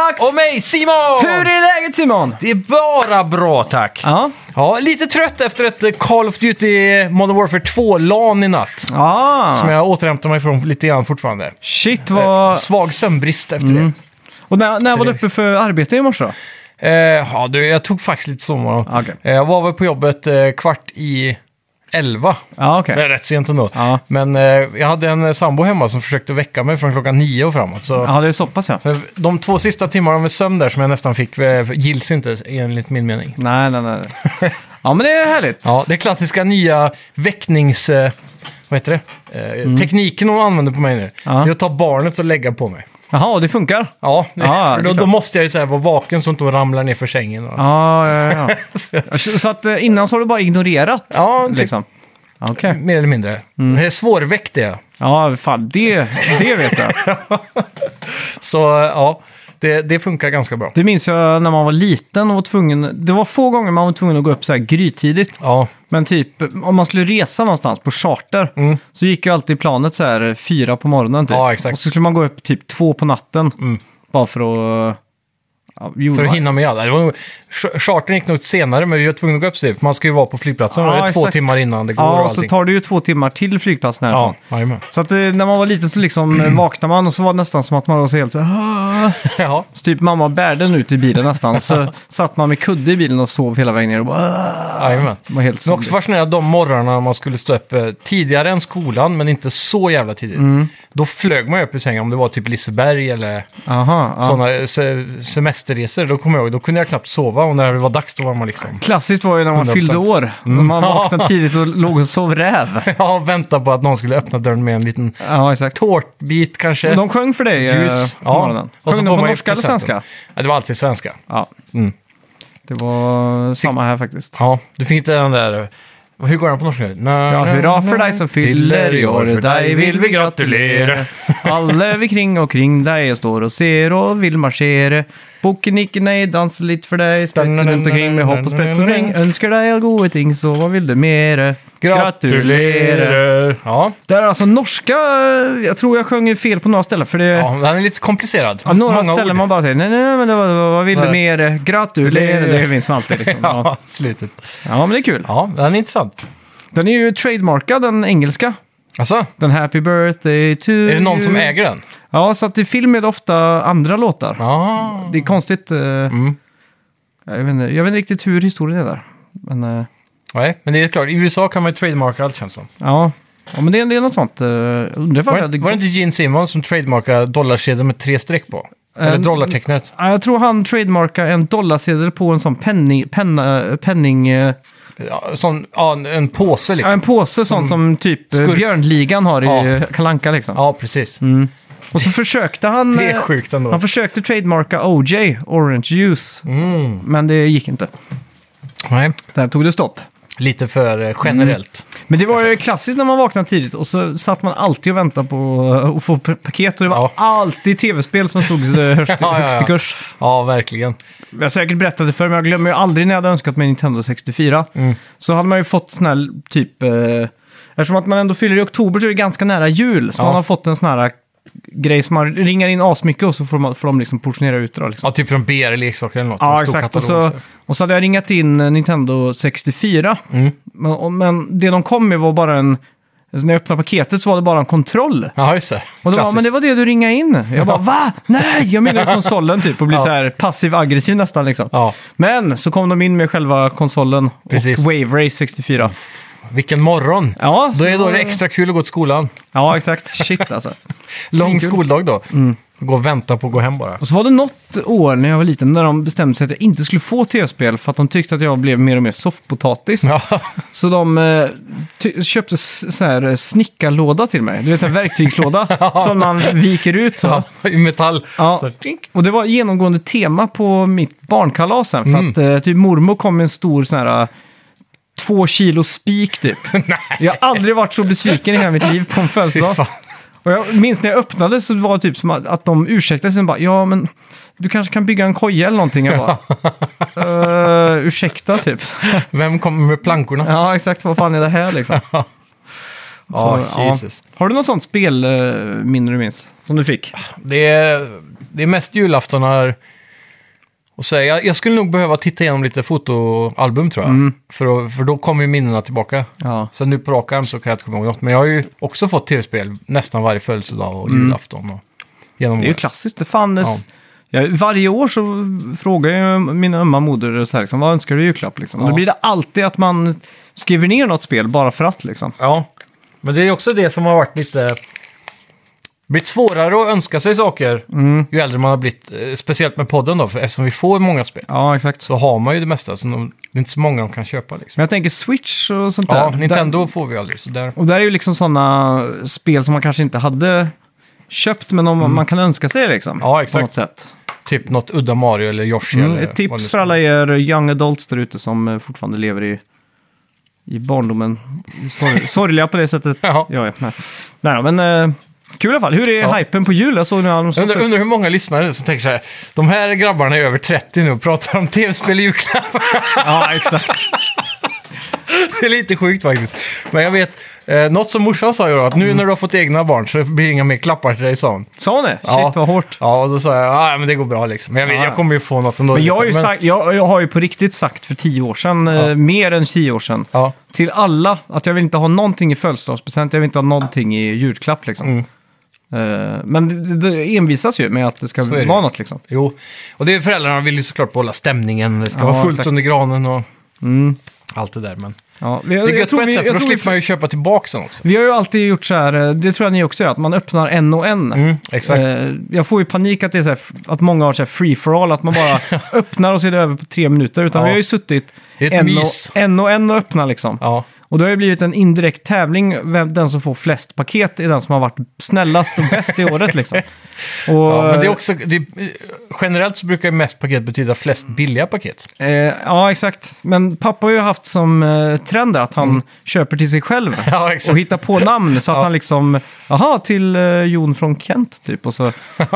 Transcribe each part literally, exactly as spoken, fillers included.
Max! Och mig, Simon! Hur är läget, Simon? Det är bara bra, tack. Ja. Ja, lite trött efter ett Call of Duty Modern Warfare två-LAN i natt. Ah. Som jag återhämtar mig från lite grann fortfarande. Shit, vad... Svag sömnbrist efter Mm. Och när, när Så var du det- uppe för arbete i morse då? det. Eh, ja, du, jag tog faktiskt lite sovmorgon. Okej. Eh, jag var väl på jobbet eh, kvart i elva. Ja, okej. Så det är rätt sent ändå. Ja. Men eh, jag hade en sambo hemma som försökte väcka mig från klockan nio och framåt. Så Ja, det är så pass, ja. så de två sista timmarna med sömn där som jag nästan fick eh, gills inte enligt min mening. Nej, nej, nej. Ja, men det är härligt. Ja, det klassiska nya väcknings... Eh, vad heter det? Eh, Tekniken hon använder på mig nu. Mm. Ja. Det är att ta barnet och lägga på mig. Jaha, och det funkar? Ja, det, Ja, för det är då, då klart. måste jag ju så här vara vaken så att de ramlar ner för sängen. Och... Ja, ja, ja. Så, så att eh, innan så har du bara ignorerat? Ja, typ. liksom. Okej. Mer eller mindre. Mm. Det är svårväckt det. Ja, fan, det, det vet jag. Så ja, det, det funkar ganska bra. Det minns jag när man var liten och var tvungen... Det var få gånger man var tvungen att gå upp så här grytidigt. Ja, Men typ, om man skulle resa någonstans på charter Mm. så gick ju alltid planet så här fyra på morgonen typ. Ja, exakt. Och så skulle man gå upp typ två på natten. Mm. Bara för att... Ja, jo, för att hinna med alla. Det var nog, ch- chartern gick nog senare, men vi var tvungna att gå upp sig. För man ska ju vara på flygplatsen Ja, det är två exakt. timmar innan det går och Ja, så allting. tar det ju två timmar till flygplatsen härifrån. Ja, jajamän. Så att eh, när man var liten så liksom mm. vaknade man och så var det nästan som att man var så helt så här... "Ah." Ja, Så typ mamma bärde den ut i bilen nästan. Så satt man med kudde i bilen och sov hela vägen ner och bara... "Ah." jajamän. Det var helt Men också så. fascinerande de morgnarna man skulle stå upp eh, tidigare än skolan, men inte så jävla tidigt. Mm. Då flög man ju upp i sängen, om det var typ Liseberg eller Aha, ja. sådana se- semesterresor. Då kommer jag ihåg, då kunde jag knappt sova och när det var dags då var man liksom... Klassiskt var ju när man hundra procent. fyllde år. Mm. Man vaknade tidigt och låg och sov räv. Ja, vänta på att någon skulle öppna dörren med en liten Ja, exakt. tårtbit kanske. Och de sjöng för dig eh, Ljus. på Ja. morgonen. Och så Sjöng de får på man ju norska eller presenter. svenska? Ja, det var alltid svenska. Ja, Mm. det var samma här faktiskt. Ja, du fick inte den där... Hur går den på norska? Ja, hurra för dig som fyller i år, för dig vill vi gratulera. Alla vi kring och kring dig står och ser och vill marschera. Boken icke nej, dansa lite för dig, sprätta runt omkring med hopp och sprätt och ring. Önskar dig all goda ting, så vad vill du mer? Gratulerar. Ja. Det är alltså norska, jag tror jag sjöng fel på några ställen, för det... ja, den är lite komplicerad. Ja, några Många ställen ord. man bara säger, nej, nej, men det var, vad vill du Nej. mer? Gratulerar, det minns man alltid. Liksom. Ja. Ja, slutet. ja, men det är kul. Ja, den är intressant. Den är ju trademarkad, den engelska. Alltså, Den Happy Birthday to är det någon you. som äger den? Ja, så att i film är det ofta andra låtar. Ja. Det är konstigt. eh, Mm. jag, vet inte, jag vet inte riktigt hur historien är där. Men eh, Nej, men det är klart. I U S A kan man ju trademarka allt, känns som. ja. ja, men det, är- det är något sånt. Uh, undrar Var, vad det, det var det inte Gene Simmons som trademarkade dollarsedeln med tre streck på? Eh, Eller dollartecknet? Ja, jag tror han trademarkade en dollarsedel på en sån penning... Penna, penning eh, Ja, sån, ja, en- en påse ja, liksom. en påse sån som typ eh, Skurk. Björnligan har i Ja. ja. Kalle Anka liksom. Ja, precis. Mm. Och så försökte han... Det är eh, sjukt ändå. Han försökte trademarka O J, Orange Juice. Mm. Men det gick inte. Nej, Där tog det stopp. lite för eh, generellt. Men det var ju klassiskt när man vaknade tidigt och så satt man alltid och väntade på att få p- paket och det var Ja. alltid tv-spel som stod eh, högst, Ja, ja, ja. högst i kurs. Ja, verkligen. Jag har säkert berättat det för men jag glömmer ju aldrig när jag hade önskat mig Nintendo sextiofyra. Mm. Så hade man ju fått sån här typ... Eh, eftersom att man ändå fyller i oktober så är det ganska nära jul. Så Ja. man har fått en sån här grej som man ringar in asmycket och så får, man, får de liksom portionera ut det då, liksom. Ja, typ från B R-leksaker eller något. Ja, En stor exakt. Och katalog, så, och så hade jag ringat in eh, Nintendo sextiofyra. Mm. Men, och, men det de kom med var bara en... Alltså när jag öppnade paketet så var det bara en kontroll. Ja, just det. Och då var, Klassiskt. men det var det du ringade in. Jag bara, va? Nej, jag menar konsolen typ. Och blir Ja. så här passiv-aggressiv nästan liksom. Ja, Men så kom de in med själva konsolen Precis. och Wave Race sextiofyra. vilken morgon. Ja, Då är då det extra kul att gå till skolan. Ja, exakt. Shit alltså. Lång Svinkul. skoldag då. Mm. Gå och vänta på att gå hem bara. Och så var det något år när jag var liten när de bestämde sig att jag inte skulle få tv-spel för att de tyckte att jag blev mer och mer soffpotatis. Ja, Så de eh, ty- köpte s- så här eh, snickarlåda till mig. Du vet, så här verktygslåda som man viker ut så. ja, i metall. Ja. Så, tink. Och det var genomgående tema på mitt barnkalas sen. För Mm. att eh, typ mormor kom med en stor sån här eh, två kilo spik typ. Jag har aldrig varit så besviken i hela mitt liv på en Fy födelsedag. fan. Och jag minns när jag öppnade så var det typ som att, att de ursäktade sig och bara, ja men du kanske kan bygga en koja eller någonting. Jag bara, uh, ursäkta typ. Vem kommer med plankorna? Ja, exakt. Vad fan är det här liksom? Ja, Så, ja. Jesus. Har du något sånt spelminne du minns som du fick? Det är, det är mest julafton när Och säga, jag, jag skulle nog behöva titta igenom lite fotoalbum tror jag. Mm. För, för då kommer ju minnena tillbaka. Ja. Sen nu på rak arm så kan jag inte komma ihåg något. Men jag har ju också fått tv-spel nästan varje födelsedag och mm. julafton. Och genom det är ju klassiskt. Det fanns... Ja. Ja, varje år så frågar jag min ömma moder så här, liksom, vad önskar du i julklapp? Liksom. Ja. Och då blir det alltid att man skriver ner något spel bara för att. Liksom. Ja, men det är också det som har varit lite... blivit svårare att önska sig saker mm. ju äldre man har blivit. Speciellt med podden då, för eftersom vi får många spel. Ja, exakt. Så har man ju det mesta, så det är inte så många de kan köpa. Liksom. Men jag tänker Switch och sånt där. Ja, Nintendo där, får vi aldrig. Så där. Och där är ju liksom sådana spel som man kanske inte hade köpt, men om mm. man kan önska sig liksom. Ja, exakt. På något sätt. Typ något udda Mario eller Yoshi. Mm, eller ett tips för alla er young adults där ute som fortfarande lever i, i barndomen. Sorg, sorgliga på det sättet. Ja. Ja, nej. Nej, men... Uh, kul i alla fall. Hur är ja. hypen på jul? Jag såg nu alla undrar, undrar hur många lyssnare som tänker så här. De här grabbarna är över trettio nu och pratar om tv-spel i julklapp. Ja, exakt. Det är lite sjukt faktiskt. Men jag vet, eh, något som morsan sa ju då, att nu mm. när du har fått egna barn så blir det inga mer klappar till dig, sa hon. Sa hon det? Ja. Shit, vad hårt. Ja, och då sa jag, ja men det går bra liksom. Men jag, vet, ja. jag kommer ju få något ändå. Men jag har ju, men... sagt, jag, jag har ju på riktigt sagt för tio år sedan, ja. eh, mer än tio år sedan, ja. till alla att jag vill inte ha någonting i födelsedagspresent, jag vill inte ha någonting i julklapp liksom. Mm. Uh, men det, det envisas ju med att det ska vara det. Något liksom. Jo, och det är föräldrarna vill ju såklart behålla stämningen. Det ska ja, vara fullt exakt. Under granen och mm. allt det där. Men ja, vi, det är gött på ett vi, sätt, för då slipper vi... man ju köpa tillbaka sen också. Vi har ju alltid gjort så här, det tror jag ni också gör, att man öppnar en och en. Mm, exakt. Uh, jag får ju panik att det är så här, att många har så här free for all, att man bara öppnar och ser det över på tre minuter. Utan ja. vi har ju suttit en och, en och en och öppna liksom. Ja. Och då har det blivit en indirekt tävling. Vem, den som får flest paket är den som har varit snällast och bäst i året. Liksom. Och, ja, men det är också, det, generellt så brukar ju mest paket betyda flest billiga paket. Eh, ja, exakt. Men pappa har ju haft som eh, trend att han mm. köper till sig själv. Ja, och hittar på namn. Så att ja. han liksom, jaha, till eh, Jon från Kent typ. Och så,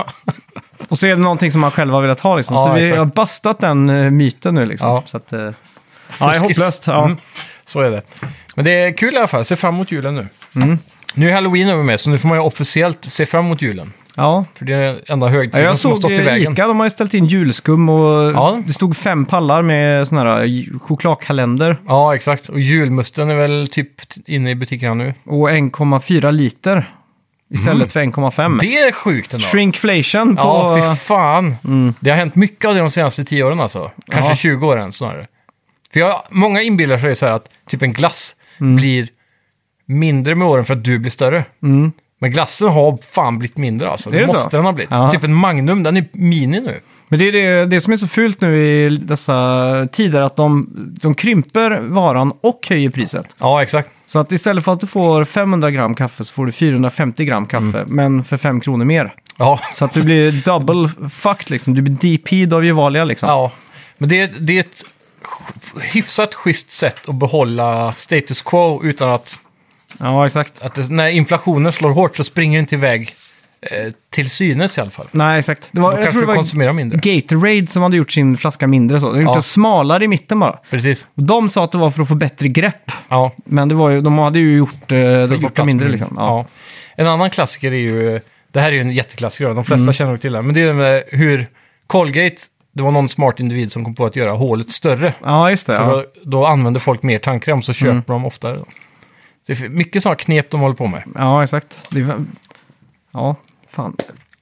och så är det någonting som han själv har velat ha. Liksom. Ja, så vi har bastat den eh, myten nu. Liksom. Ja. Så att, eh, ja, det är hopplöst. Ja. Mm. Så är det. Men det är kul i alla fall. Se fram emot julen nu. Mm. Nu är Halloween över med, så nu får man ju officiellt se fram emot julen. Ja. För det är enda högtiden ja, som har stått i vägen. Ica, de har ju ställt in julskum och ja. det stod fem pallar med såna här chokladkalender. Ja, exakt. Och julmusten är väl typ inne i butikerna nu. Och en komma fyra liter istället mm. för en komma fem. Det är sjukt ändå. Shrinkflation på... Ja, fy fan. Mm. Det har hänt mycket av det de senaste tio åren alltså. Kanske ja. tjugo åren snarare. För jag, många inbillar sig så här att typ en glass mm. blir mindre med åren för att du blir större. Mm. Men glassen har fan blivit mindre alltså. Det, det måste så? Den ha blivit. Ja. Typ en Magnum, den är mini nu. Men det är det, det som är så fult nu i dessa tider, att de, de krymper varan och höjer priset. Ja, exakt. Så att istället för att du får femhundra gram kaffe så får du fyrahundrafemtio gram kaffe, mm. men för fem kronor mer. Ja. Så att du blir double fucked liksom. Du blir D P'd av Gevalia liksom. Ja, men det, det är ett hyfsat schysst sätt att behålla status quo utan att... Ja, exakt. Att det, när inflationen slår hårt så springer den inte iväg eh, till synes i alla fall. Nej, exakt. Det var, Då jag kanske tror det var konsumera mindre. Gatorade som hade gjort sin flaska mindre så. De hade gjort ja. det smalare i mitten bara. Precis. Och de sa att det var för att få bättre grepp. Ja. Men det var ju, de hade ju gjort, eh, det gjort det mindre liksom. Ja. Ja. En annan klassiker är ju... Det här är ju en jätteklassiker. De flesta mm. känner nog till det. Men det är med hur Colgate... Det var någon smart individ som kom på att göra hålet större. Ja, just det. För ja. då, då använder folk mer tandkräm så köper mm. de oftare. Så det är mycket sådana knep de håller på med. Ja, exakt. Det är, ja, fan.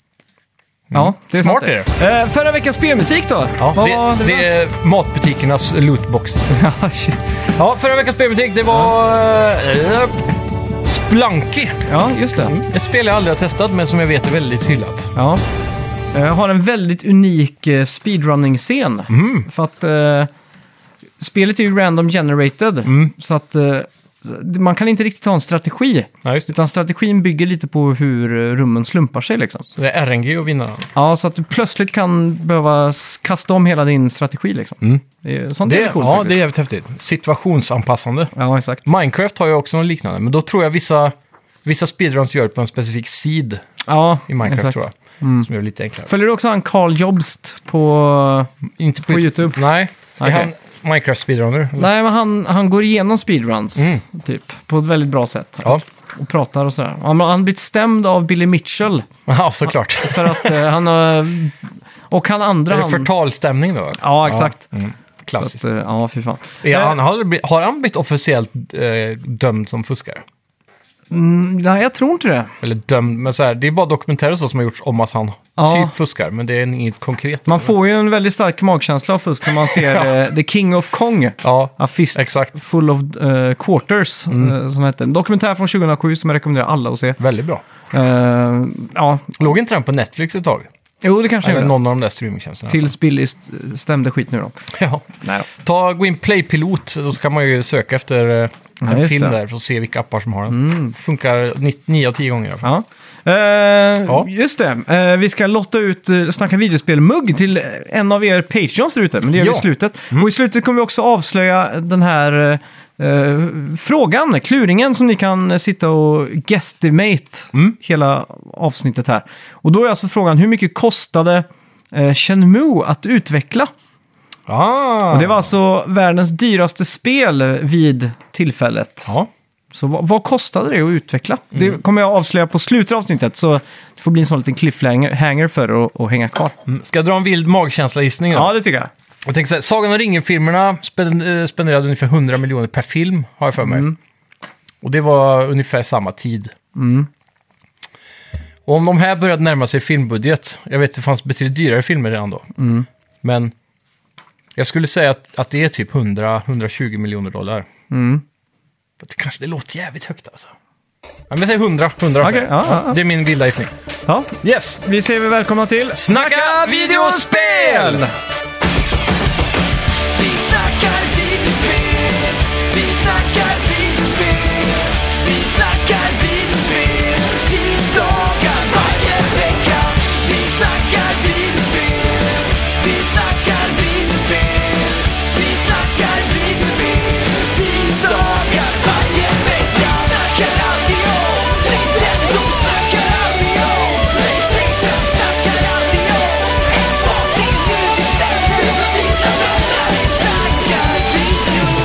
Ja, mm. det är smart är det. Uh, förra veckans spelmusik då? Ja, det, var, det, det är matbutikernas lootboxes. Ja, shit. Ja, förra veckans spelmusik det var ja. uh, Spelunky. Ja, just det. Mm. Ett spel jag aldrig har testat men som jag vet är väldigt hyllat. Ja. Jag har en väldigt unik uh, speedrunning-scen. Mm. För att uh, spelet är ju random generated. Mm. Så att uh, man kan inte riktigt ha en strategi. Ja, just det. Utan strategin bygger lite på hur rummen slumpar sig. Liksom. Det är R N G att vinna. Ja, så att du plötsligt kan behöva kasta om hela din strategi. Liksom. Mm. Det är, sånt det, är coolt, ja, faktiskt. Det är jävligt häftigt. Situationsanpassande. Ja, exakt. Minecraft har ju också något liknande. Men då tror jag vissa, vissa speedruns gör på en specifik seed ja, i Minecraft, exakt. Tror jag. Mm. Som är lite enklare. Följer du också han Carl Jobst på, Inte på, på YouTube? Nej, okay. Han Minecraft speedrunner? Eller? Nej, men han, han går igenom speedruns mm. typ, på ett väldigt bra sätt. Ja. Och pratar och sådär. Han har blivit stämd av Billy Mitchell. Ja, såklart. För att eh, han har... Och han andra... Är det han... förtalstämning då? Ja, exakt. Ja. Mm. Klassiskt. Så att, ja, fy fan. Ja, han har, har han blivit officiellt eh, dömd som fuskare? Mm, nej, jag tror inte det. Eller dömd, men så här, det är bara dokumentärer så som har gjorts om att han ja. typ fuskar, men det är inget konkret. Man får ju en väldigt stark magkänsla av fusk när man ser ja. uh, The King of Kong. Ja, A Fist exakt. Full of uh, Quarters, mm. uh, som heter. En dokumentär från tjugohundrasju som jag rekommenderar alla att se. Väldigt bra. Uh, ja. Låg inte den på Netflix ett tag? Jo, det kanske Eller är någon av de där streamingtjänsterna. Tills Billy stämde skit nu då. Ja. Nej då. Ta, gå in Play-pilot, då ska man ju söka efter uh, en ja, film det. där för att se vilka appar som har den. Mm. Funkar nio av tio gånger. Ja. Uh, ja. Just det. Uh, vi ska lotta ut uh, Snacka videospel-mugg till en av er Patreons där ute, men det gör ja. vi i slutet. Mm. Och i slutet kommer vi också avslöja den här uh, uh, frågan, kluringen som ni kan sitta och guesstimate mm. hela avsnittet här. Och då är alltså frågan, hur mycket kostade uh, Shenmue att utveckla? Ah. Och det var alltså världens dyraste spel vid tillfället. Ja. Så vad, vad kostade det att utveckla? Mm. Det kommer jag avslöja på slutet av avsnittet, så det får bli en sån liten cliffhanger för att, att hänga kvar. Mm. Ska jag dra en vild magkänsla-gissning då? Ja, det tycker jag. Jag tänker så här, Sagan om ringen-filmerna spenderade ungefär hundra miljoner per film, har jag för mig. Mm. Och det var ungefär samma tid. Mm. Och om de här började närma sig filmbudget, jag vet att det fanns betydligt dyrare filmer redan då. Mm. Men jag skulle säga att, att det är typ hundra till hundratjugo miljoner dollar. Mm. För det kanske det låter jävligt högt alltså. Ja, men jag säger hundra. hundra okay, ja, ja, ja. Det är min vilda gissning. Ja. Yes. Vi säger väl välkomna till Snacka videospel! Vi snackar videospel. Vi snackar videospel. Vi snackar videospel. Tisdagar varje vecka. Vi snackar videospel. Vi snackar videospel. Vi snackar videospel. Tisdagar varje vecka. Snackar alltid om Nintendo. Snackar alltid om PlayStation. Snackar alltid om Xbox. Det är nu vi sätter och dina vänner. Vi snackar videospel.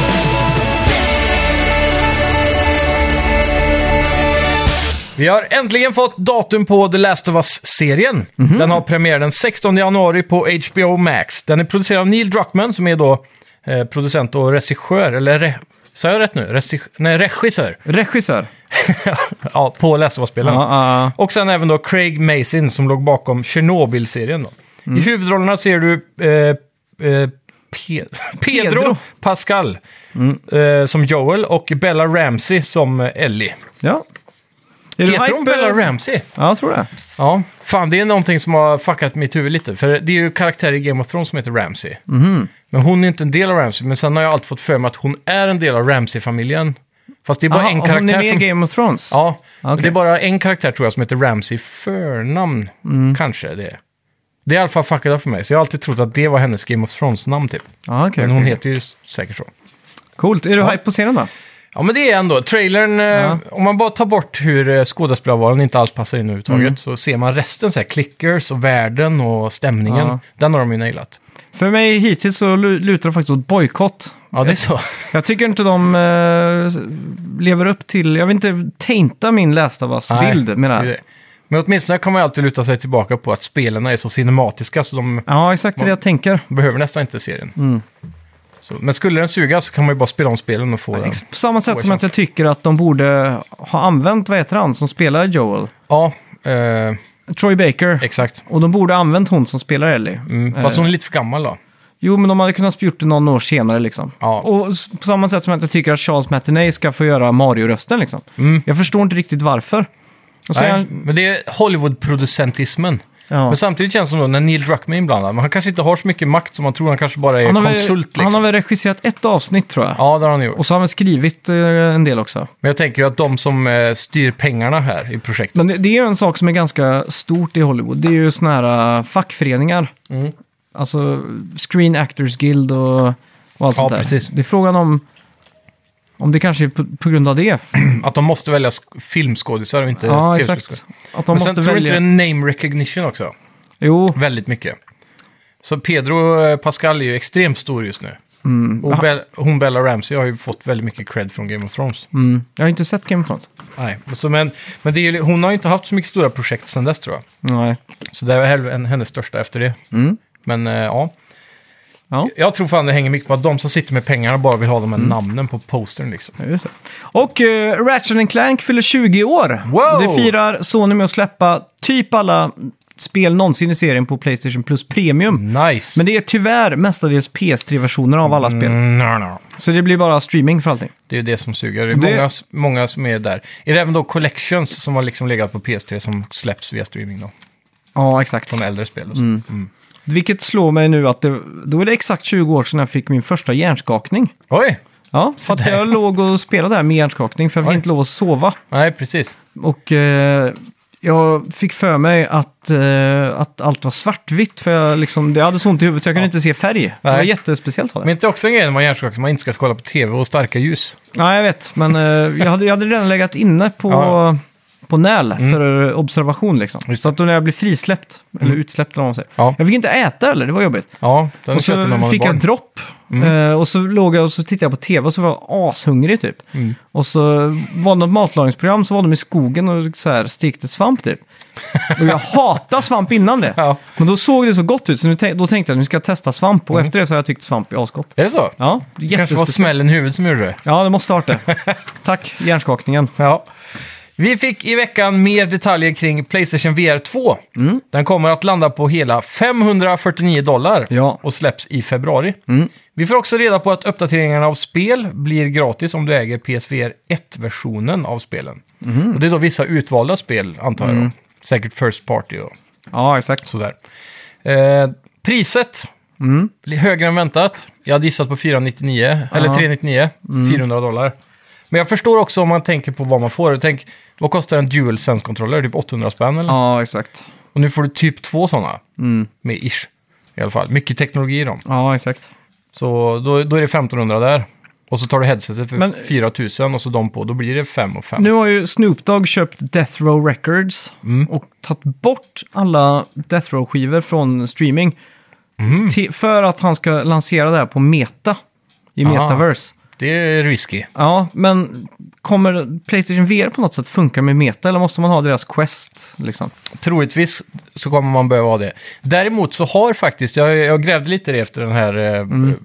Vi har äntligen fått datum på The Last of Us-serien. Mm-hmm. Den har premiär den sextonde januari på H B O Max. Den är producerad av Neil Druckmann som är då eh, producent och regissör. Eller, re... säger jag rätt nu? Regi... Nej, regissör. Regissör. Ja, på Last of Us-spelen. Ja, uh. Och sen även då Craig Mazin som låg bakom Chernobyl-serien då. Mm. I huvudrollerna ser du eh, eh, Pe- Pedro, Pedro Pascal mm. eh, som Joel och Bella Ramsey som Ellie. Ja. Är Heter hon Bella Ramsey? Ja, jag tror det. Ja, fan det är någonting som har fuckat mitt huvud lite. För det är ju karaktär i Game of Thrones som heter Ramsey. Mm. Men hon är inte en del av Ramsey. Men sen har jag alltid fått för mig att hon är en del av Ramsey-familjen. Fast det är bara Aha, en karaktär hon är med i som... Game of Thrones? Ja, okay. Det är bara en karaktär tror jag som heter Ramsey förnamn. Mm. Kanske det är. Det är i alla fall fuckat för mig. Så jag har alltid trott att det var hennes Game of Thrones-namn typ. Ah, okay, men hon okay. heter ju säkert så. Coolt. Är du ja. hype på scenen då? Ja, men det är ändå. Trailern, ja. Om man bara tar bort hur skådespelarvaren inte alls passar in överhuvudtaget mm. så ser man resten, så här, clickers och världen och stämningen. Ja. Den har de ju nailat. För mig hittills så lutar det faktiskt åt bojkott. Ja, det är så. Jag tycker inte de uh, lever upp till... Jag vill inte tainta min Last of Us-bild med det här. Det. Men åtminstone kan man ju alltid luta sig tillbaka på att spelarna är så cinematiska så de... Ja, exakt det jag tänker. Behöver nästan inte serien. Mm. Så, men skulle den suga så kan man ju bara spela om spelen och få ja, den. På samma sätt som att jag tycker att de borde ha använt, vad heter han, som spelar Joel? Ja, eh, Troy Baker. Exakt. Och de borde ha använt hon som spelar Ellie. Mm, fast hon är lite för gammal då. Jo, men de hade kunnat gjort det någon år senare liksom. Ja. Och på samma sätt som att jag tycker att Charles Martinet ska få göra Mario-rösten liksom. Mm. Jag förstår inte riktigt varför. Och Nej, jag... men det är Hollywood-producentismen. Ja. Men samtidigt känns det som då när Neil Druckmann är inblandad. Men han kanske inte har så mycket makt som man tror. Han kanske bara är han konsult. Väl, liksom. Han har väl regisserat ett avsnitt tror jag. Ja, det har han gjort. Och så har han skrivit eh, en del också. Men jag tänker ju att de som eh, styr pengarna här i projektet. Men det, det är ju en sak som är ganska stort i Hollywood. Det är ju såna här uh, fackföreningar. Mm. Alltså Screen Actors Guild och, och allt ja, sånt där. Precis. Det är frågan om... Om det kanske är på, på grund av det. Att de måste välja sk- filmskådisar och inte ja, exakt. Att de Men måste sen välja... tror inte det är name recognition också. Jo. Väldigt mycket. Så Pedro Pascal är ju extremt stor just nu. Mm. Och Be- hon Bella Ramsey har ju fått väldigt mycket cred från Game of Thrones. Mm. Jag har inte sett Game of Thrones. Nej, så, men, men det är ju, hon har ju inte haft så mycket stora projekt sedan dess, tror jag. Nej. Så det är en, hennes största efter det. Mm. Men äh, ja. ja, jag tror fan det hänger mycket på att de som sitter med pengarna bara vill ha de här mm. namnen på postern liksom. Ja, just det. Och uh, Ratchet and Clank fyller tjugo år. Wow! Det firar Sony med att släppa typ alla spel någonsin i serien på PlayStation Plus Premium. Nice. Men det är tyvärr mestadels P S tre-versioner av alla spel. Mm, no, no. Så det blir bara streaming för allting. Det är det som suger. Det är det... Många, många som är där. Är det även då Collections som har liksom legat på P S tre som släpps via streaming då? Ja, exakt. Från äldre spel och så. Mm. Mm. Vilket slår mig nu att det, då är det exakt tjugo år sedan jag fick min första hjärnskakning. Oj! Ja, så att jag låg och spelade där med hjärnskakning för jag fick Oj. inte lov att sova. Nej, precis. Och eh, jag fick för mig att, eh, att allt var svartvitt för jag, liksom, jag hade så ont i huvudet så jag kunde ja. inte se färg. Det Nej. var jättespeciellt. Men inte också en grej när man hjärnskakar man inte ska kolla på tv och starka ljus? Nej, jag vet. Men eh, jag, hade, jag hade redan legat inne på... Ja. på näl mm. för observation liksom. Så att då när jag blev frisläppt, mm. eller utsläppt eller vad man säger. Ja. Jag fick inte äta eller, det var jobbigt. Ja, den och så fick jag dropp. Mm. Eh, och så låg jag och så tittade jag på tv och så var jag ashungrig typ. Mm. Och så var det något matlagningsprogram så var de i skogen och så här stekte svamp typ. Och jag hatar svamp innan det. Ja. Men då såg det så gott ut så nu t- då tänkte jag att nu ska jag testa svamp. Och mm. efter det så har jag tyckt svamp är asgott. Är det så? Ja, det kanske var smällen i huvudet som gjorde det. Ja, det måste ha varit det. Tack, hjärnskakningen. Ja. Vi fick i veckan mer detaljer kring PlayStation V R två. Mm. Den kommer att landa på hela femhundrafyrtionio dollar ja. och släpps i februari. Mm. Vi får också reda på att uppdateringarna av spel blir gratis om du äger P S V R ett-versionen av spelen. Mm. Och det är då vissa utvalda spel, antar jag. Mm. Säkert First Party och ja, exakt. sådär. Eh, priset mm. blir högre än väntat. Jag hade gissat på fyrahundranittionio, uh-huh. eller trehundranittionio, mm. fyrahundra dollar. Men jag förstår också om man tänker på vad man får. Tänk, vad kostar en DualSense-kontroller? Typ åttahundra spänn eller? Ja, exakt. Och nu får du typ två sådana. Mm. Med ish. I alla fall. Mycket teknologi i dem. Ja, exakt. Så då, då är det femtonhundra där. Och så tar du headsetet för Men, fyra tusen och så de på. Då blir det fem och fem. Nu har ju Snoop Dogg köpt Death Row Records. Mm. Och tagit bort alla Death Row-skivor från streaming. Mm. Till, för att han ska lansera det här på Meta. I Aha. Metaverse. Det är risky. Ja, men kommer PlayStation V R på något sätt funka med Meta eller måste man ha deras Quest? Liksom? Troligtvis så kommer man behöva ha det. Däremot så har faktiskt, jag, jag grävde lite det efter den här eh, mm.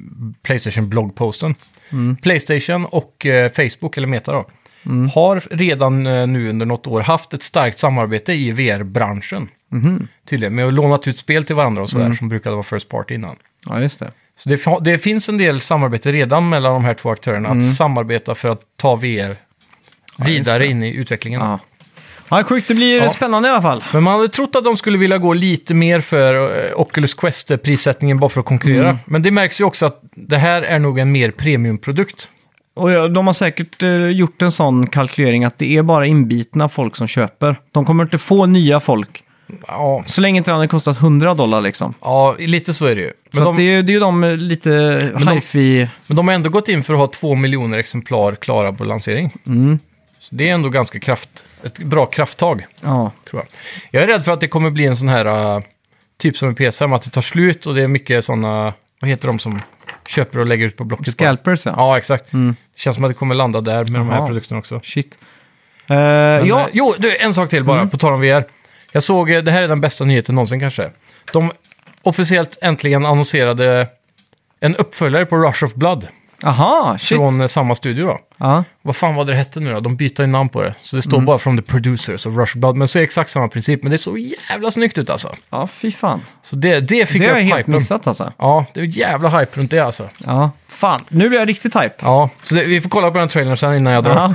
PlayStation-bloggposten. Mm. PlayStation och eh, Facebook, eller Meta då, mm. har redan eh, nu under något år haft ett starkt samarbete i V R-branschen. Mm. Tydligen, med att låna ut spel till varandra och sådär mm. som brukade vara first party innan. Ja, just det. Så det, det finns en del samarbete redan mellan de här två aktörerna mm. att samarbeta för att ta V R vidare ja, in i utvecklingen. Ja, ja sjukt. Det blir ja. spännande i alla fall. Men man hade trott att de skulle vilja gå lite mer för uh, Oculus Quest-prissättningen bara för att konkurrera. Mm. Men det märks ju också att det här är nog en mer premiumprodukt. Och ja, de har säkert uh, gjort en sån kalkylering att det är bara inbitna folk som köper. De kommer inte få nya folk. Ja. Så länge inte den hade kostat hundra dollar liksom. Ja, lite så är det ju. Men så de, det, är, det är ju de lite hi-fi... Men de har ändå gått in för att ha två miljoner exemplar klara på lansering. Mm. Så det är ändå ganska kraft, ett bra krafttag. Ja. Tror jag. Jag är rädd för att det kommer bli en sån här, uh, typ som en P S fem, att det tar slut och det är mycket såna, vad heter de som köper och lägger ut på Blocket? Scalpers, ja. Ja, exakt. Mm. Det känns som att det kommer landa där med Aha. de här produkterna också. Shit. Uh, Men, ja. uh, jo, du, en sak till bara, mm. på tal om V R. Jag såg, det här är den bästa nyheten någonsin kanske. De officiellt äntligen annonserade en uppföljare på Rush of Blood. Aha, shit. Från samma studio då. Aha. Vad fan var det hette nu då? De bytte namn på det. Så det står mm. bara från the producers of Rush of Blood. Men så är det exakt samma princip. Men det är så jävla snyggt ut alltså. Ja, fy fan. Så det, det fick det jag hypen. Det har jag helt hypen. missat alltså. Ja, det är jävla hype runt det alltså. Ja, fan. Nu blir jag riktigt hype. Ja, så det, vi får kolla på den trailern sen innan jag drar.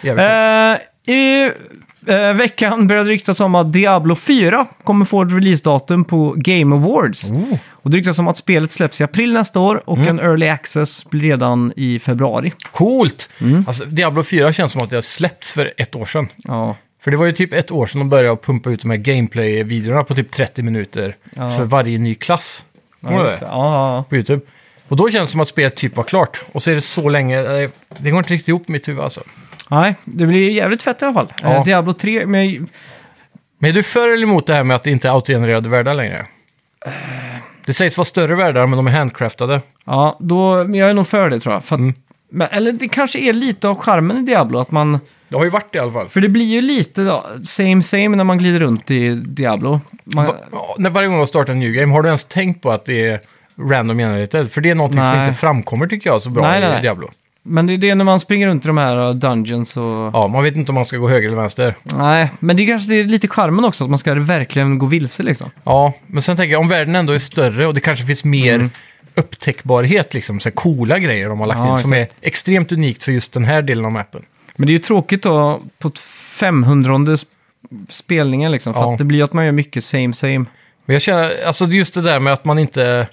Uh, I... Uh, veckan började ryktas om att Diablo fyra kommer få ett releasedatum på Game Awards. Oh. Och det ryktas om att spelet släpps i april nästa år och mm. en early access blir redan i februari. Coolt! Mm. Alltså, Diablo fyra känns som att det har släppts för ett år sedan. Ja. För det var ju typ ett år sedan de började pumpa ut de här gameplay-videorna på typ trettio minuter ja. för varje ny klass. Ja, det? Ja. På YouTube. Och då känns det som att spelet typ var klart. Och så är det så länge, det går inte riktigt ihop med mitt huvud alltså. Nej, det blir jävligt fett i alla fall. Ja. Eh, Diablo tre med... Men är du för eller emot det här med att det inte är autogenererade världar längre? Uh, Det sägs vara större världar, men de är handcraftade. Ja, då, men jag är nog för det tror jag. För att, Mm. men, eller det kanske är lite av charmen i Diablo, att man... Det har ju varit det i alla fall. För det blir ju lite då, same same när man glider runt i Diablo. Man, Va, när varje gång du startar en new game, har du ens tänkt på att det är random generated? För det är någonting Nej. som inte framkommer tycker jag så bra Nej, i nej, nej. Diablo. men det är det när man springer runt i de här uh, dungeons och... Ja, man vet inte om man ska gå höger eller vänster. Nej, men det är kanske det är lite charmen också, att man ska verkligen gå vilse liksom. Ja, men sen tänker jag, om världen ändå är större och det kanske finns mer Mm. upptäckbarhet, liksom, så här coola grejer de har lagt Ja, in, som är exakt. extremt unikt för just den här delen av mappen. Men det är ju tråkigt då på ett femhundrade sp- spelningen liksom, för Ja. att det blir att man gör mycket same same. Men jag känner, alltså just det där med att man inte...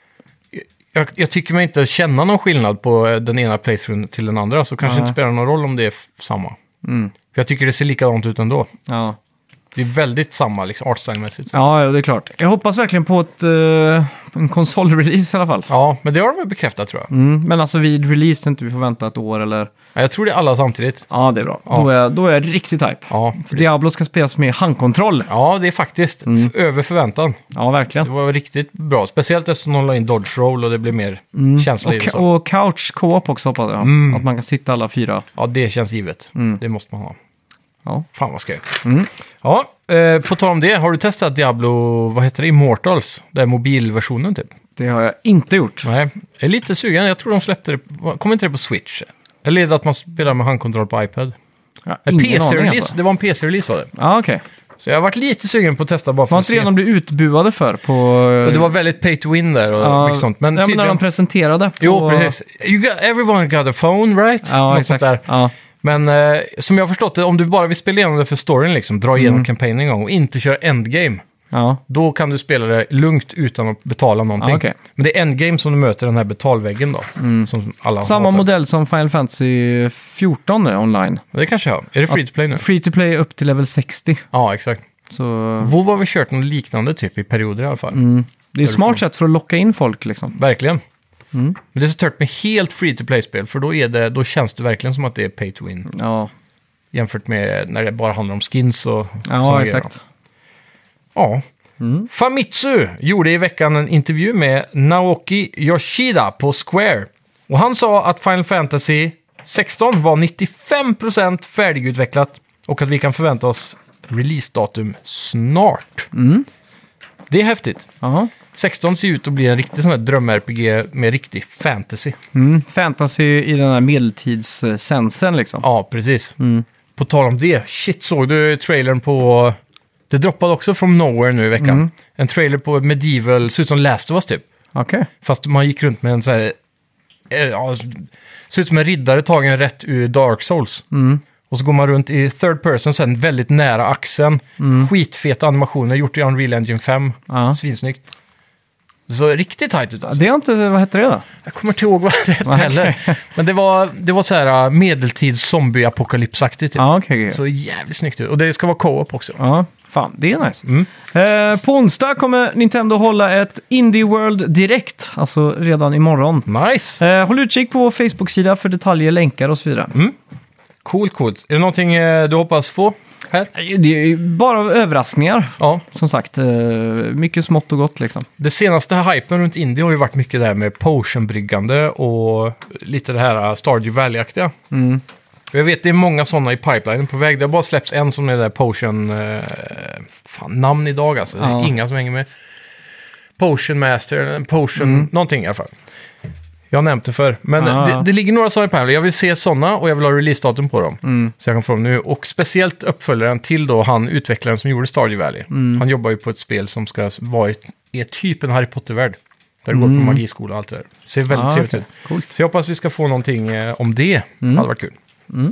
Jag, jag tycker mig inte känna någon skillnad på den ena playthroughen till den andra, så kanske Nej. inte spelar någon roll om det är f- samma. Mm. För jag tycker det ser likadant ut ändå. Ja. Det är väldigt samma, liksom, artstyle-mässigt. Ja, ja, det är klart. Jag hoppas verkligen på ett, uh, en konsolrelease i alla fall. Ja, men det har de väl bekräftat tror jag. Mm. Men alltså vid release inte vi får vänta ett år eller... Ja, jag tror det är alla samtidigt. Ja, det är bra. Ja. Då, är, jag- då är jag riktigt hype. Ja, För Diablo ska spelas med handkontroll. ja det är faktiskt f- över förväntan. Ja, Det verkligen. var riktigt bra, speciellt eftersom de la in dodge roll och det blev mer känsla i Och, det. Så. och couch co-op också hoppas jag. Mm. Att man kan sitta alla fyra. Ja, det känns givet. Det måste man ha. Ja. Fan vad skojigt. Ja, eh, på tal om det, har du testat Diablo, vad heter det, Immortals? Det är mobilversionen typ. Det har jag inte gjort. Nej, jag är lite sugen. Jag tror de släppte det, kommer inte det på Switch? Eller är det att man spelar med handkontroll på iPad? Ja, En ingen aning P C-release, alltså. det var en P C-release var det. Ja, okej. Så jag har varit lite sugen på att testa bara för Var att inte det se. de blev utbuade för på... Och det var väldigt pay to win där och ja, mycket sånt. Men ja, men när tydligen... de presenterade på... Jo, precis. You got, everyone got a phone, right? Ja, Något exakt. sånt där. Ja. Men eh, som jag har förstått det, om du bara vill spela igenom det för storyn, liksom, dra igenom Mm. kampanjen en gång och inte köra endgame, Ja. då kan du spela det lugnt utan att betala någonting. Ja, okej. Men det är endgame som du möter den här betalväggen då. Som alla Samma hatar. modell som Final Fantasy fjorton är online. Det kanske jag. Är det free to play nu? Free to play upp till level sextio. Ja, exakt. Så WoW har vi kört något liknande typ i perioder i alla fall. mm. det är ett du smart får- sätt för att locka in folk liksom. Verkligen. Mm. Men det är så tört med helt free to play-spel, för då, är det, då känns det verkligen som att det är pay to win. Ja, Jämfört med när det bara handlar om skins och ja såna grejer. exakt. Ja. Mm. Famitsu gjorde i veckan en intervju med Naoki Yoshida på Square. Och han sa att Final Fantasy sexton var nittiofem procent färdigutvecklat och att vi kan förvänta oss releasedatum snart. Mm. Det är häftigt. Jaha. sexton ser ut att bli en riktig sån här dröm-R P G med riktig fantasy. Mm. Fantasy i den här medeltidssensen liksom. Ja, precis. Mm. På tal om det, shit, såg du trailern på... Det droppade också från Nowhere nu i veckan. Mm. En trailer på Medieval, ser ut som Last of Us typ. Okej. Fast man gick runt med en så här... eh, Ja, ser ut som en riddare tagen rätt ur Dark Souls. Mm. Och så går man runt i third person sen väldigt nära axeln. Skitfeta animationer, gjort i Unreal Engine fem. Ja. Svinsnyggt. Så riktigt tajt ut alltså. Det är inte, vad heter det då? Jag kommer inte ihåg vad det hette Okej. heller. Men det var, det var så här uh, medeltids zombie-apokalypsaktigt. Typ. Ja, okej. okej. Så jävligt snyggt ut. Och det ska vara co-op också. Ja, fan, det är nice. Mm. Eh, på onsdag kommer Nintendo hålla ett Indie World Direkt, alltså redan imorgon. Nice! Eh, håll utkik på vår Facebook-sida för detaljer, länkar och så vidare. Coolt, coolt. Är det någonting eh, du hoppas få här? Det är ju bara överraskningar, Ja. som sagt. Eh, mycket smått och gott liksom. Det senaste hypen runt indie har ju varit mycket där med potion-bryggande och lite det här Stardew Valley-aktiga. Mm. Jag vet det är många sådana i pipeline på väg. Det har bara släppts en som är där potion... Eh, fan, namn idag alltså. Det är Ja. inga som hänger med. Potion Master, eller Potion... Mm. Någonting i alla fall. Jag har nämnt det för. Men Ja. det, det ligger några sådana i pipeline. Jag vill se sådana och jag vill ha releasedatum på dem. Mm. Så jag kan få dem nu. Och speciellt uppföljaren till då han utvecklaren som gjorde Stardew Valley. Mm. Han jobbar ju på ett spel som ska vara ett, är typ en Harry Potter-värld. Där du går Mm. på magiskola och allt det där. Ser väldigt Ah, trevligt okej. ut. Coolt. Så jag hoppas vi ska få någonting eh, om det. Mm. Det hade varit kul. Mm.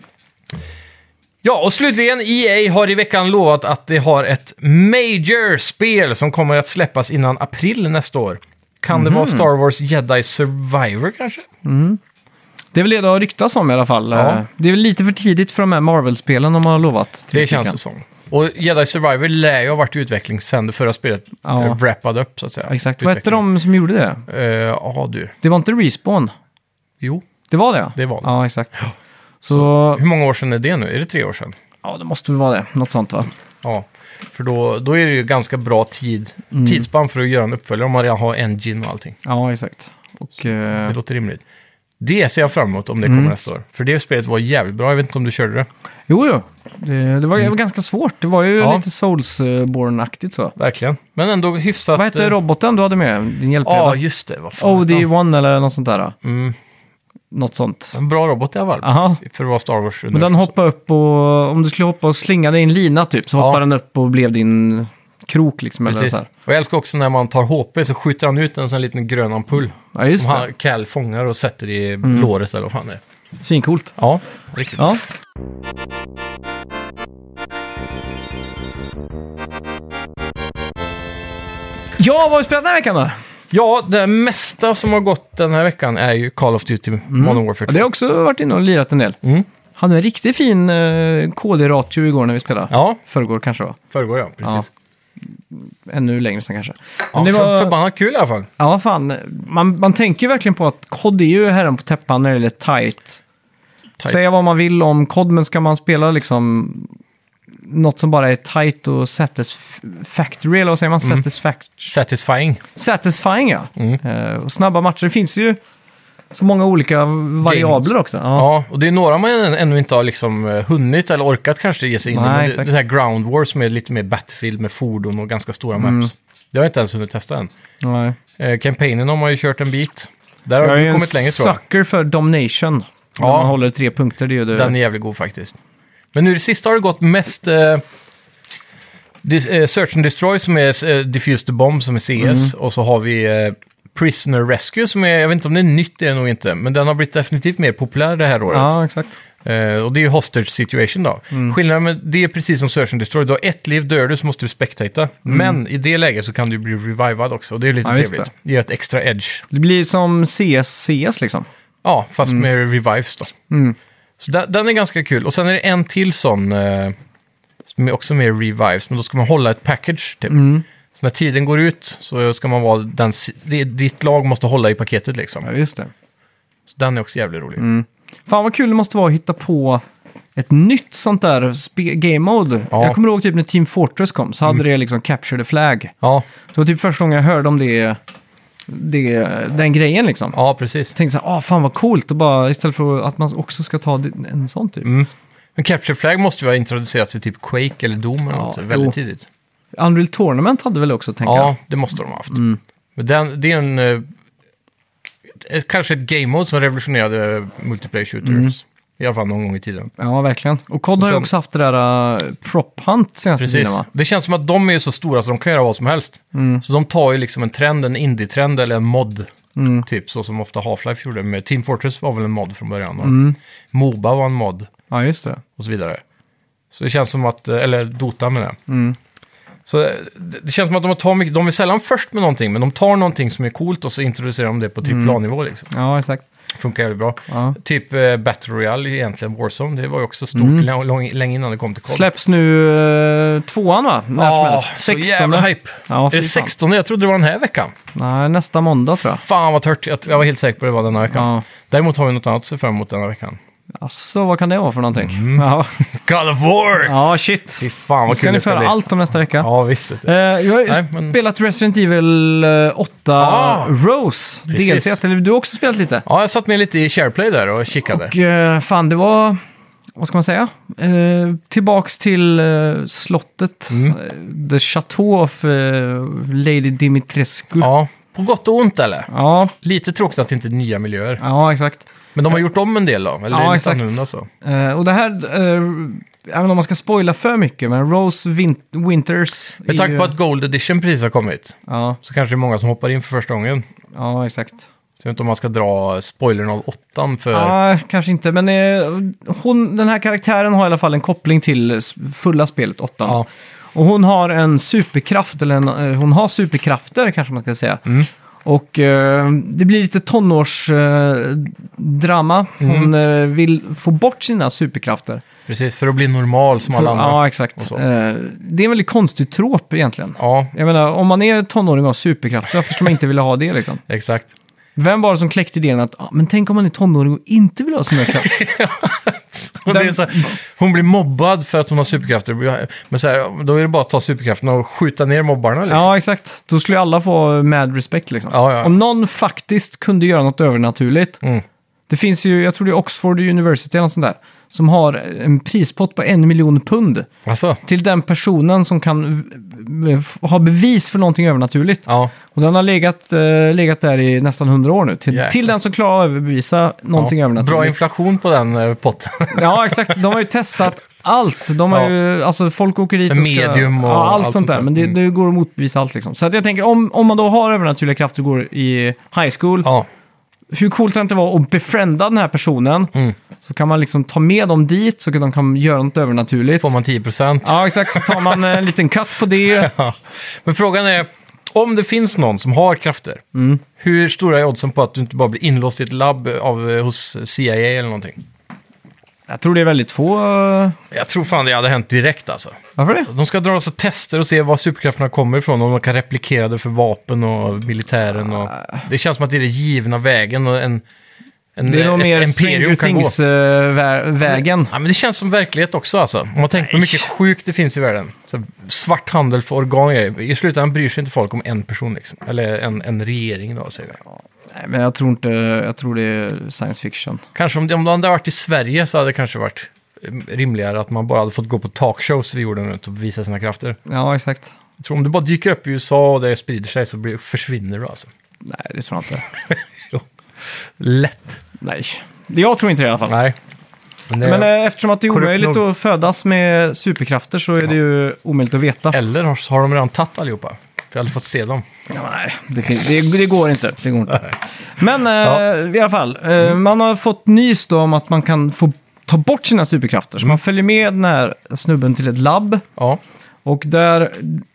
Ja, och slutligen, E A har i veckan lovat att det har ett major-spel som kommer att släppas innan april nästa år. Kan det vara Star Wars Jedi Survivor kanske? Det är väl det det har ryktats om i alla fall. Ja. Eh, Det är väl lite för tidigt för de här Marvel-spelen de har lovat. till Det känns stycken. det som. Och Jedi Survivor lär ju ha varit i utveckling sen det förra spelet Ja. ja. wrappade upp, så att säga. Exakt. Vad hette Utvecklingen. de som gjorde det? Eh, Ja, du. Det var inte Respawn? Jo, Det var det, ja. det var det. Ja, exakt. Så, Hur många år sedan är det nu? Är det tre år sedan? ja, det måste väl vara det. Något sånt, va? Ja. För då, då är det ju ganska bra tid, mm. tidsspann för att göra en uppföljare om man redan har engine och allting. Ja, exakt. Och, uh... Det låter rimligt. Det ser jag fram emot om det kommer mm. nästa år. För det spelet var jävligt bra. Jag vet inte om du körde det. Jo, jo. Det, det var mm. ganska svårt. Det var ju ja. lite Soulsborne-aktigt så. Verkligen. Men ändå hyfsat... Vad hette roboten du hade med? Din hjälpreda? Ja, just det. O D ett eller något sånt där. Mm. Något sånt. En bra robot i alla fall. Aha. För att vara Star Wars. Men den hoppar upp och... Om du skulle hoppa och slinga dig i en lina typ så ja. hoppar den upp och blev din... krok liksom. Eller så här. Och jag älskar också när man tar H P så skjuter han ut en sån liten grön ampull. Ja, just som det. han, Cal fångar och sätter i mm. låret eller vad fan det är. Svincoolt. Ja, riktigt. Ja. Ja, vad har vi spelat den här veckan då? Ja, det mesta som har gått den här veckan är ju Call of Duty mm. Modern Warfare två. Det har också varit inne och lirat en del. Mm. Hade en riktigt fin uh, K D-ratio igår när vi spelade. Ja. Förrgår kanske va? Förrgår, ja. Precis. Ja. Ännu längre sedan kanske. Men ja, det var förbannat kul i alla fall. Ja, fan. Man, man tänker ju verkligen på att C O D är ju herren på täppan när det gäller tight. tight. Säga vad man vill om C O D, men ska man spela liksom något som bara är tight och satisfactory, eller vad säger man? Mm. Satisfact- Satisfying. Satisfying, ja. Mm. Uh, och snabba matcher. Det finns ju så många olika variabler Games. också. Ja. ja, och det är några man ännu inte har liksom hunnit eller orkat kanske ge sig in Nej, i. Det, det här Ground War som är lite mer Battlefield med fordon och ganska stora mm. maps. Det har jag inte ens hunnit testa än. Nej. Eh, campaignen har man ju kört en bit. Där har vi kommit längre tror jag. Sucker för Domination. Ja. Man håller tre punkter. Det är det. Den är jävligt god faktiskt. Men nu det sista har det gått mest... Eh, dis, eh, Search and Destroy som är eh, Diffuse the Bomb som är C S. Mm. Och så har vi... Eh, Prisoner Rescue som är, jag vet inte om det är nytt, det är nog inte, men den har blivit definitivt mer populär det här året. Ja, exakt. Eh, och det är ju hostage situation då. Mm. Skillnaden med det är precis som Search and Destroy, du har ett liv, dör du så måste du spectata. Mm. Men i det läget så kan du bli revivad också, och det är lite ja, trevligt. Det. det ger ett extra edge. Det blir som C S, C S liksom. Ja, fast mm. med revives då. Mm. Så da, den är ganska kul. Och sen är det en till sån, eh, som är också med revives, men då ska man hålla ett package typ. Mm. Så när tiden går ut så ska man vara den, ditt lag måste hålla i paketet liksom. Ja, just det. Så den är också jävligt rolig. Mm. Fan vad kul det måste vara att hitta på ett nytt sånt där spe- game mode. Ja. Jag kommer ihåg typ när Team Fortress kom så hade mm. det liksom Capture the Flag. Ja. Det var typ första gången jag hörde om det, det den grejen liksom. Ja, precis. Jag tänkte så här, ah, fan vad coolt. Och bara, istället för att man också ska ta en sån typ. Mm. Men Capture the Flag måste ju ha introducerats i typ Quake eller Doom eller ja, något väldigt jo. tidigt. Unreal Tournament hade väl också, tänka. Ja, det måste de ha haft. Mm. Men den, det är en... Eh, kanske ett game mode som revolutionerade multiplayer shooters. Mm. I alla fall någon gång i tiden. Ja, verkligen. Och C O D har ju också haft det där uh, prop hunt senaste tiden, va? Det känns som att de är så stora så de kan göra vad som helst. Mm. Så de tar ju liksom en trend, en indie-trend eller en mod. Mm. Typ så som ofta Half-Life gjorde. Med Team Fortress var väl en mod från början. Mm. MOBA var en mod. Ja, just det. Och så vidare. Så det känns som att... Eller Dota med det. Mm. Så det, det känns som att de tar mycket... De är sällan först med någonting, men de tar någonting som är coolt och så introducerar de det på trippel A-nivå liksom. Ja, exakt. Funkar jävligt bra. Ja. Typ eh, Battle Royale egentligen, Warzone, det var ju också stort mm. lång, lång, länge innan det kom till C O D. Släpps nu uh, tvåan, va? Ja, så jävla hype. Ja, är det sextonde? Jag trodde det var den här veckan. Nej, nästa måndag tror jag. Fan vad tört, jag, jag var helt säker på det var denna veckan. Ja. Däremot har vi något annat att se fram emot denna veckan. Alltså, vad kan det vara för någonting? Mm. Ja. God of War! Ja, shit. Fy fan vad kul det ska bli. Ska ni föra allt om nästa vecka? Ja, visst. Vet uh, jag har Nej, men... spelat Resident Evil åtta ah, Rose. D L C. Eller du har också spelat lite? Ja, jag satt med lite i SharePlay där och kikade. Och uh, fan, det var... Vad ska man säga? Uh, tillbaks till uh, slottet. Mm. Uh, the Chateau of uh, Lady Dimitrescu. Ja, på gott och ont eller? Ja. Lite tråkigt att det inte är nya miljöer. Ja, exakt. Men de har gjort om en del då? Eller ja, är det exakt. annorlunda så? Uh, och det här, uh, även om man ska spoila för mycket, men Rose Win- Winters... Med tanke på att Gold Edition precis har kommit, ja. så kanske det är många som hoppar in för första gången. Ja, exakt. Så jag vet inte om man ska dra spoilern av åttan för... Ja, kanske inte, men uh, hon, den här karaktären har i alla fall en koppling till fulla spelet, åttan. Ja. Och hon har en superkraft, eller en, uh, hon har superkrafter kanske man ska säga. Mm. Och eh, det blir lite tonårsdrama. Eh, Hon Mm. eh, vill få bort sina superkrafter. Precis, för att bli normal som För, alla andra. Ja, exakt. Eh, det är en väldigt konstig trop egentligen. Ja, Jag menar, om man är tonåring och har superkrafter, varför ska man inte vilja ha det liksom? exakt. Vem var det som kläckte idén att ah, men tänk om man är tonåring och inte vill ha sån här kraft? Och det är så här, hon blir mobbad för att hon har superkrafter. Men så här, då är det bara att ta superkrafterna och skjuta ner mobbarna. Liksom. Ja, exakt. Då skulle alla få mad respect. Liksom. Ja, ja. Om någon faktiskt kunde göra något övernaturligt. Mm. Det finns ju, jag tror det är Oxford University eller något sånt där, som har en prispott på en miljon pund. Alltså. Till den personen som kan ha bevis för någonting övernaturligt. Ja. Och den har legat, uh, legat där i nästan hundra år nu. Till, till den som klarar att överbevisa någonting ja. övernaturligt. Bra inflation på den uh, potten. Ja, exakt. De har ju testat allt. De har ja. ju, alltså folk åker dit och ska, medium och ja, allt, allt sånt där. där. Men det, mm. det går att motbevisa allt liksom. Så att jag tänker, om, om man då har övernaturliga krafter och går i high school, ja. hur coolt kan det inte vara att befrienda den här personen? Mm. Så kan man liksom ta med dem dit så att de kan göra något övernaturligt. Så får man tio procent. Ja, exakt. Så tar man en liten cut på det. Ja. Men frågan är, om det finns någon som har krafter, mm. hur stora är oddsen på att du inte bara blir inlåst i ett labb av, hos C I A eller någonting? Jag tror det är väldigt få. Jag tror fan det hade hänt direkt alltså. Varför det? De ska dra oss tester och se var superkrafterna kommer ifrån. Om de kan replikera det för vapen och militären. Och... Det känns som att det är den givna vägen och en... En, det är nog mer Stranger Things-vägen. Uh, ja, men det känns som verklighet också alltså. Om man tänker på hur mycket sjukt det finns i världen. Så svart handel för organ. I slutändan bryr sig inte folk om en person liksom. Eller en, en regering då, säger vi. Nej, men jag tror inte, jag tror det är science fiction. Kanske om det, om det hade varit i Sverige så hade det kanske varit rimligare att man bara hade fått gå på talkshows vid jorden runt och visa sina krafter. Ja, exakt. Jag tror om det bara dyker upp i U S A och det sprider sig så blir, försvinner det alltså. Nej, det tror jag inte. Jo. Lätt. Nej, jag tror inte det i alla fall. Nej. Men, Men eh, eftersom att det är omöjligt nog... att födas med superkrafter så är ja. det ju omöjligt att veta. Eller har, har de redan tagit allihopa? För jag har aldrig fått se dem. Ja, nej, det, det, det går inte. Det går inte. Men eh, ja. i alla fall, eh, mm. man har fått nys då om att man kan få ta bort sina superkrafter. Så mm. man följer med den här snubben till ett labb. Ja. Och där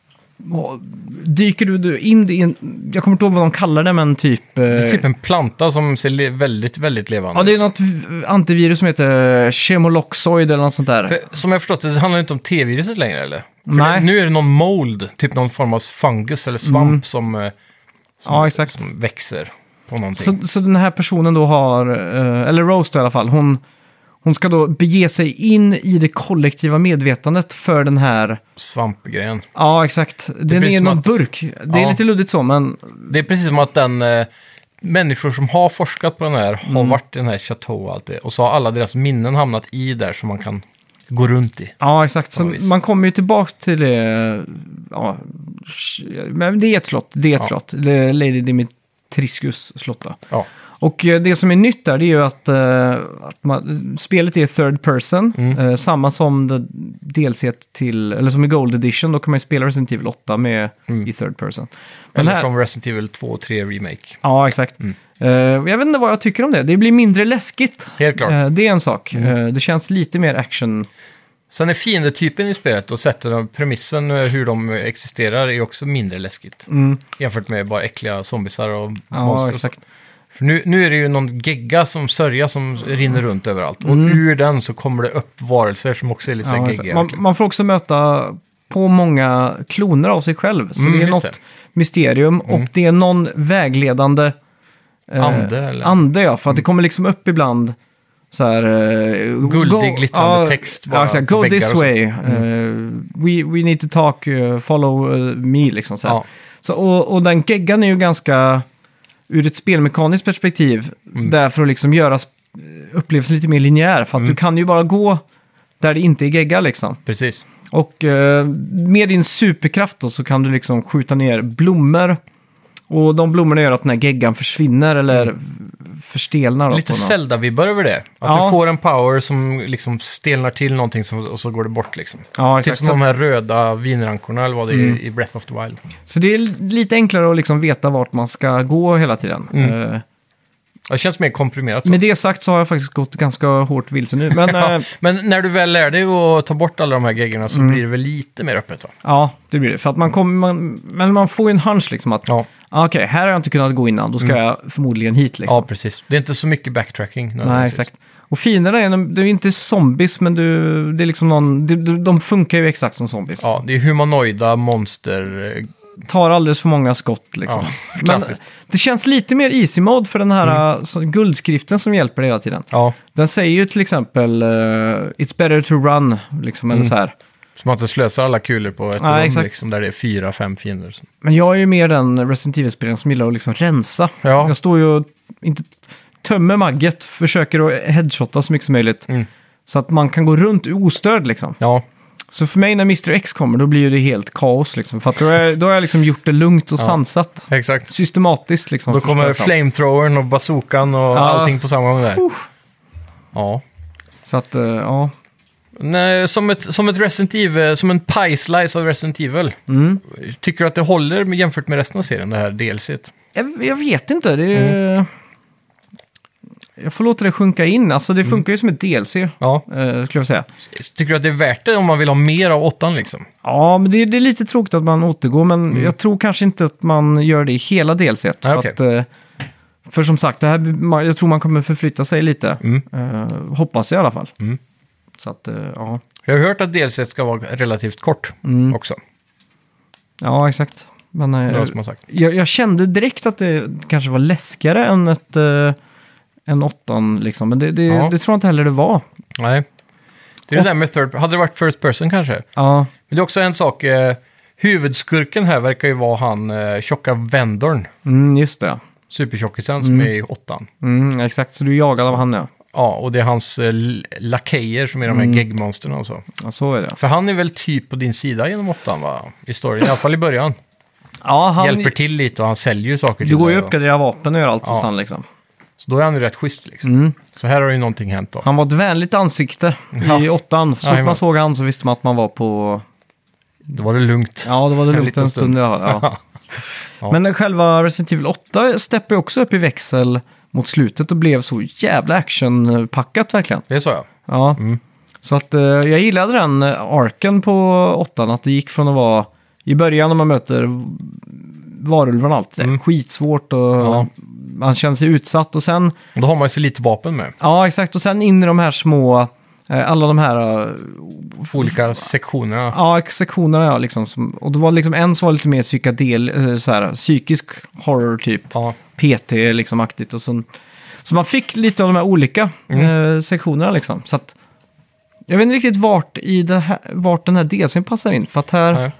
dyker du in i en, jag kommer inte ihåg vad de kallar det, men typ... Eh, det är typ en planta som ser väldigt, väldigt levande. Ja, det är något antivirus som heter Chemoloxoid eller något sånt där. För, som jag har förstått det, det handlar inte om T-viruset längre, eller? För Nej. Det, nu är det någon mold, typ någon form av fungus eller svamp mm. som, som, ja, exakt. som växer på någonting. Så, så den här personen då har, eller Rose i alla fall, hon... Hon ska då bege sig in i det kollektiva medvetandet för den här... Svampgrejen. Ja, exakt. Den är, är någon att... burk. Det är ja. lite luddigt så, men... Det är precis som att den... Eh, människor som har forskat på den här har mm. varit i den här chateau och allt det. Och så har alla deras minnen hamnat i där som man kan gå runt i. Ja, exakt. Så man kommer ju tillbaka till det... Ja, men det är ett slott. Det är ett ja. slott. Lady Dimitriscus slott då. Ja. Och det som är nytt där, det är ju att, uh, att man, spelet är third person. Mm. Uh, samma som det D L C till, eller som i Gold Edition, då kan man ju spela Resident Evil åtta med mm. i third person. Men eller här, som Resident Evil två och tre Remake. Ja, exakt. Mm. Uh, jag vet inte vad jag tycker om det. Det blir mindre läskigt. Helt klart. Uh, det är en sak. Mm. Uh, det känns lite mer action. Sen är fiendetypen i spelet och sättet av premissen hur de existerar är också mindre läskigt. Mm. Jämfört med bara äckliga zombisar och ja, monster. Exakt. För nu, nu är det ju någon gegga som sörja som rinner runt överallt. Och mm. ur den så kommer det upp varelser som också är lite ja, geggiga. Man, man får också möta på många kloner av sig själv. Så mm, det är något det. mysterium mm. och det är någon vägledande eh, ande. Eller? Ande, ja. För att mm. det kommer liksom upp ibland så här... Eh, Guldig, glittrande uh, text. Bara ja, exakt. Go this way. Mm. Uh, we, we need to talk, uh, follow uh, me, liksom. Så, ja. så och, och den geggan är ju ganska... ur ett spelmekaniskt perspektiv, mm. därför att liksom göra upplevelsen lite mer linjär. För att mm. du kan ju bara gå där det inte är gegga liksom. Precis. Och eh, med din superkraft då, så kan du liksom skjuta ner blommor. Och de blommorna gör att den här geggan försvinner eller mm. förstelnar. Lite Zelda-vibbar över det. Att ja. du får en power som liksom stelnar till någonting som, och så går det bort liksom. Ja, exakt. Typ som de här röda vinrankorna eller vad det mm. är i Breath of the Wild. Så det är lite enklare att liksom veta vart man ska gå hela tiden. Mm. Uh, det känns mer komprimerat. Så. Med det sagt så har jag faktiskt gått ganska hårt vilse nu. Men, ja, uh, men när du väl lär dig att ta bort alla de här geggerna så mm. blir det väl lite mer öppet va? Ja, det blir det. För att man kommer, man, men man får ju en hunch liksom att ja. okej, okay, här har jag inte kunnat gå innan, då ska mm. jag förmodligen hit liksom. Ja, precis. Det är inte så mycket backtracking. Nej, exakt. Och finare är, det är inte zombies, men du, det är liksom någon, det, de funkar ju exakt som zombies. Ja, det är humanoida monster tar alldeles för många skott liksom. Ja, men det känns lite mer easy mode för den här mm. så, guldskriften som hjälper dig hela tiden. Ja. Den säger ju till exempel uh, It's better to run, liksom, mm. eller så här. Så man inte slösar alla kulor på ett ja, rum liksom, där det är fyra, fem fiender. Men jag är ju mer den Resident Evil-spelaren som gillar att liksom rensa. Ja. Jag står ju och inte tömmer magget, försöker att headshotta så mycket som möjligt. Mm. Så att man kan gå runt ostörd liksom. Ja. Så för mig när mister X kommer, då blir ju det helt kaos liksom. För att då, är, då har jag liksom gjort det lugnt och ja, sansat. Exakt. Systematiskt liksom. Då kommer flamethrowern och bazookan och ja. allting på samma gång där. Uh. Ja. Så att, uh, ja. Nej, som ett, som ett Resident Evil, som en pie slice av Resident Evil. Mm. Tycker du att det håller jämfört med resten av serien, det här D L C-et? Jag, jag vet inte, det är... Mm. Jag får låta det sjunka in. Alltså det funkar mm. ju som ett D L C, ja. eh, skulle jag säga. Tycker du att det är värt det om man vill ha mer av åttan liksom? Ja, men det, det är lite tråkigt att man återgår, men mm. jag tror kanske inte att man gör det i hela D L C. Ah, för, okay. att, eh, för som sagt, det här, jag tror man kommer förflytta sig lite. Mm. Eh, hoppas jag i alla fall. Mm. Så att, eh, ja. Jag har hört att D L C ska vara relativt kort mm. också. Ja, exakt. Men, eh, som har sagt. Jag, jag kände direkt att det kanske var läskigare än ett... Eh, en åttan liksom, men det, det, ja. det tror jag inte heller det var. Nej. Det är det där med third... Hade det varit first person kanske? Ja. Men det är också en sak, eh, huvudskurken här verkar ju vara han eh, tjocka vendorn. Mm, just det. Supertjockisen mm. som är i åttan. Mm, exakt, så du jagade av han, ja. Ja, och det är hans eh, lakejer som är de här mm. geggmonsterna och så. Ja, så är det. För han är väl typ på din sida genom åttan, va? I storyn, i alla fall i början. Ja, han... Hjälper till lite och han säljer ju saker till dig. Du går ju och... uppgradera vapen och gör allt ja. hos han liksom. Så då är han ju rätt schysst liksom. Mm. Så här har ju någonting hänt då. Han var ett vänligt ansikte ja. i åttan. Så ja, man såg han så visste man att man var på... Då var det lugnt. Ja, då var det lugnt en stund. stund ja. Ja. Ja. Men själva Resident Evil åtta steppade också upp i växel mot slutet och blev så jävla actionpackat verkligen. Det är så ja. Ja. Mm. Så att uh, jag gillade den arken på åttan. Att det gick från att vara i början när man möter varulven och allt. Mm. Skitsvårt och... Ja. Man känner sig utsatt och sen... Och då har man ju så lite vapen med. Ja, exakt. Och sen in i de här små... Alla de här... Olika sektionerna. Ja, sektionerna, ja. Liksom, som, och det var liksom en som var lite mer psykedel, så här, psykisk horror typ. Ja. P T liksom aktigt. Och så, så man fick lite av de här olika mm. eh, sektionerna liksom. Så att... Jag vet inte riktigt vart, i det här, vart den här D L C:n passar in. För att här... Nej.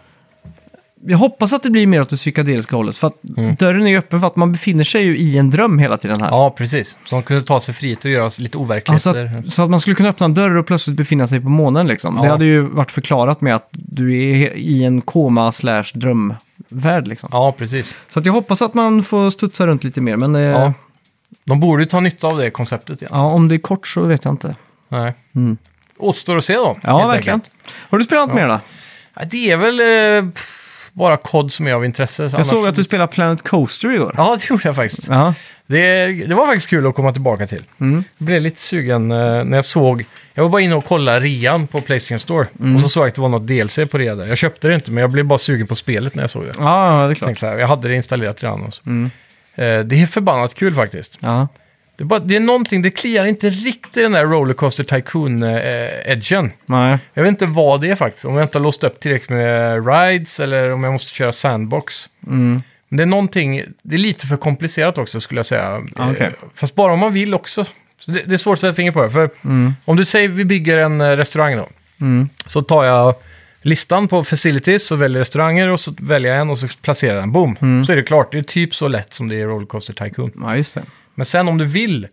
Jag hoppas att det blir mer åt det psykedeliska hållet. För att mm. dörren är ju öppen för att man befinner sig ju i en dröm hela tiden här. Ja, precis. Så man kunde ta sig frihet och göra lite overkligheter. Ja, så, att, så att man skulle kunna öppna en dörr och plötsligt befinna sig på månen liksom. Ja. Det hade ju varit förklarat med att du är i en koma slash drömvärld liksom. Ja, precis. Så att jag hoppas att man får studsa runt lite mer. Men, ja. eh, de borde ju ta nytta av det konceptet igen. Ja, om det är kort så vet jag inte. Nej. Mm. Återstår att se då. Ja, verkligen. Enkelt. Har du spelat ja. mer då? Ja, det är väl... Eh, bara C O D som är av intresse. Jag såg att du spelade Planet Coaster igår. Ja, det gjorde jag faktiskt. Uh-huh. Det, det var faktiskt kul att komma tillbaka till. Mm. Jag blev lite sugen eh, när jag såg... Jag var bara inne och kollade rean på PlayStation Store. Mm. Och så såg jag att det var något D L C på det där. Jag köpte det inte, men jag blev bara sugen på spelet när jag såg det. Ja, det är klart. Så här, jag hade det installerat redan. Och så. Mm. Eh, det är förbannat kul faktiskt. Ja. Det är, bara, det är någonting, det kliar inte riktigt den där Rollercoaster Tycoon-edgen. Nej. Jag vet inte vad det är faktiskt. Om jag inte har låst upp tillräckligt med rides eller om jag måste köra sandbox. Mm. Men det är någonting, det är lite för komplicerat också skulle jag säga. Okay. Fast bara om man vill också. Så det, det är svårt att sätta finger på det. För mm. om du säger vi bygger en restaurang då. Mm. Så tar jag listan på facilities och väljer restauranger och så väljer jag en och så placerar jag den. Boom! Mm. Så är det klart. Det är typ så lätt som det är i Rollercoaster Tycoon. Ja, just det. Men sen om du vill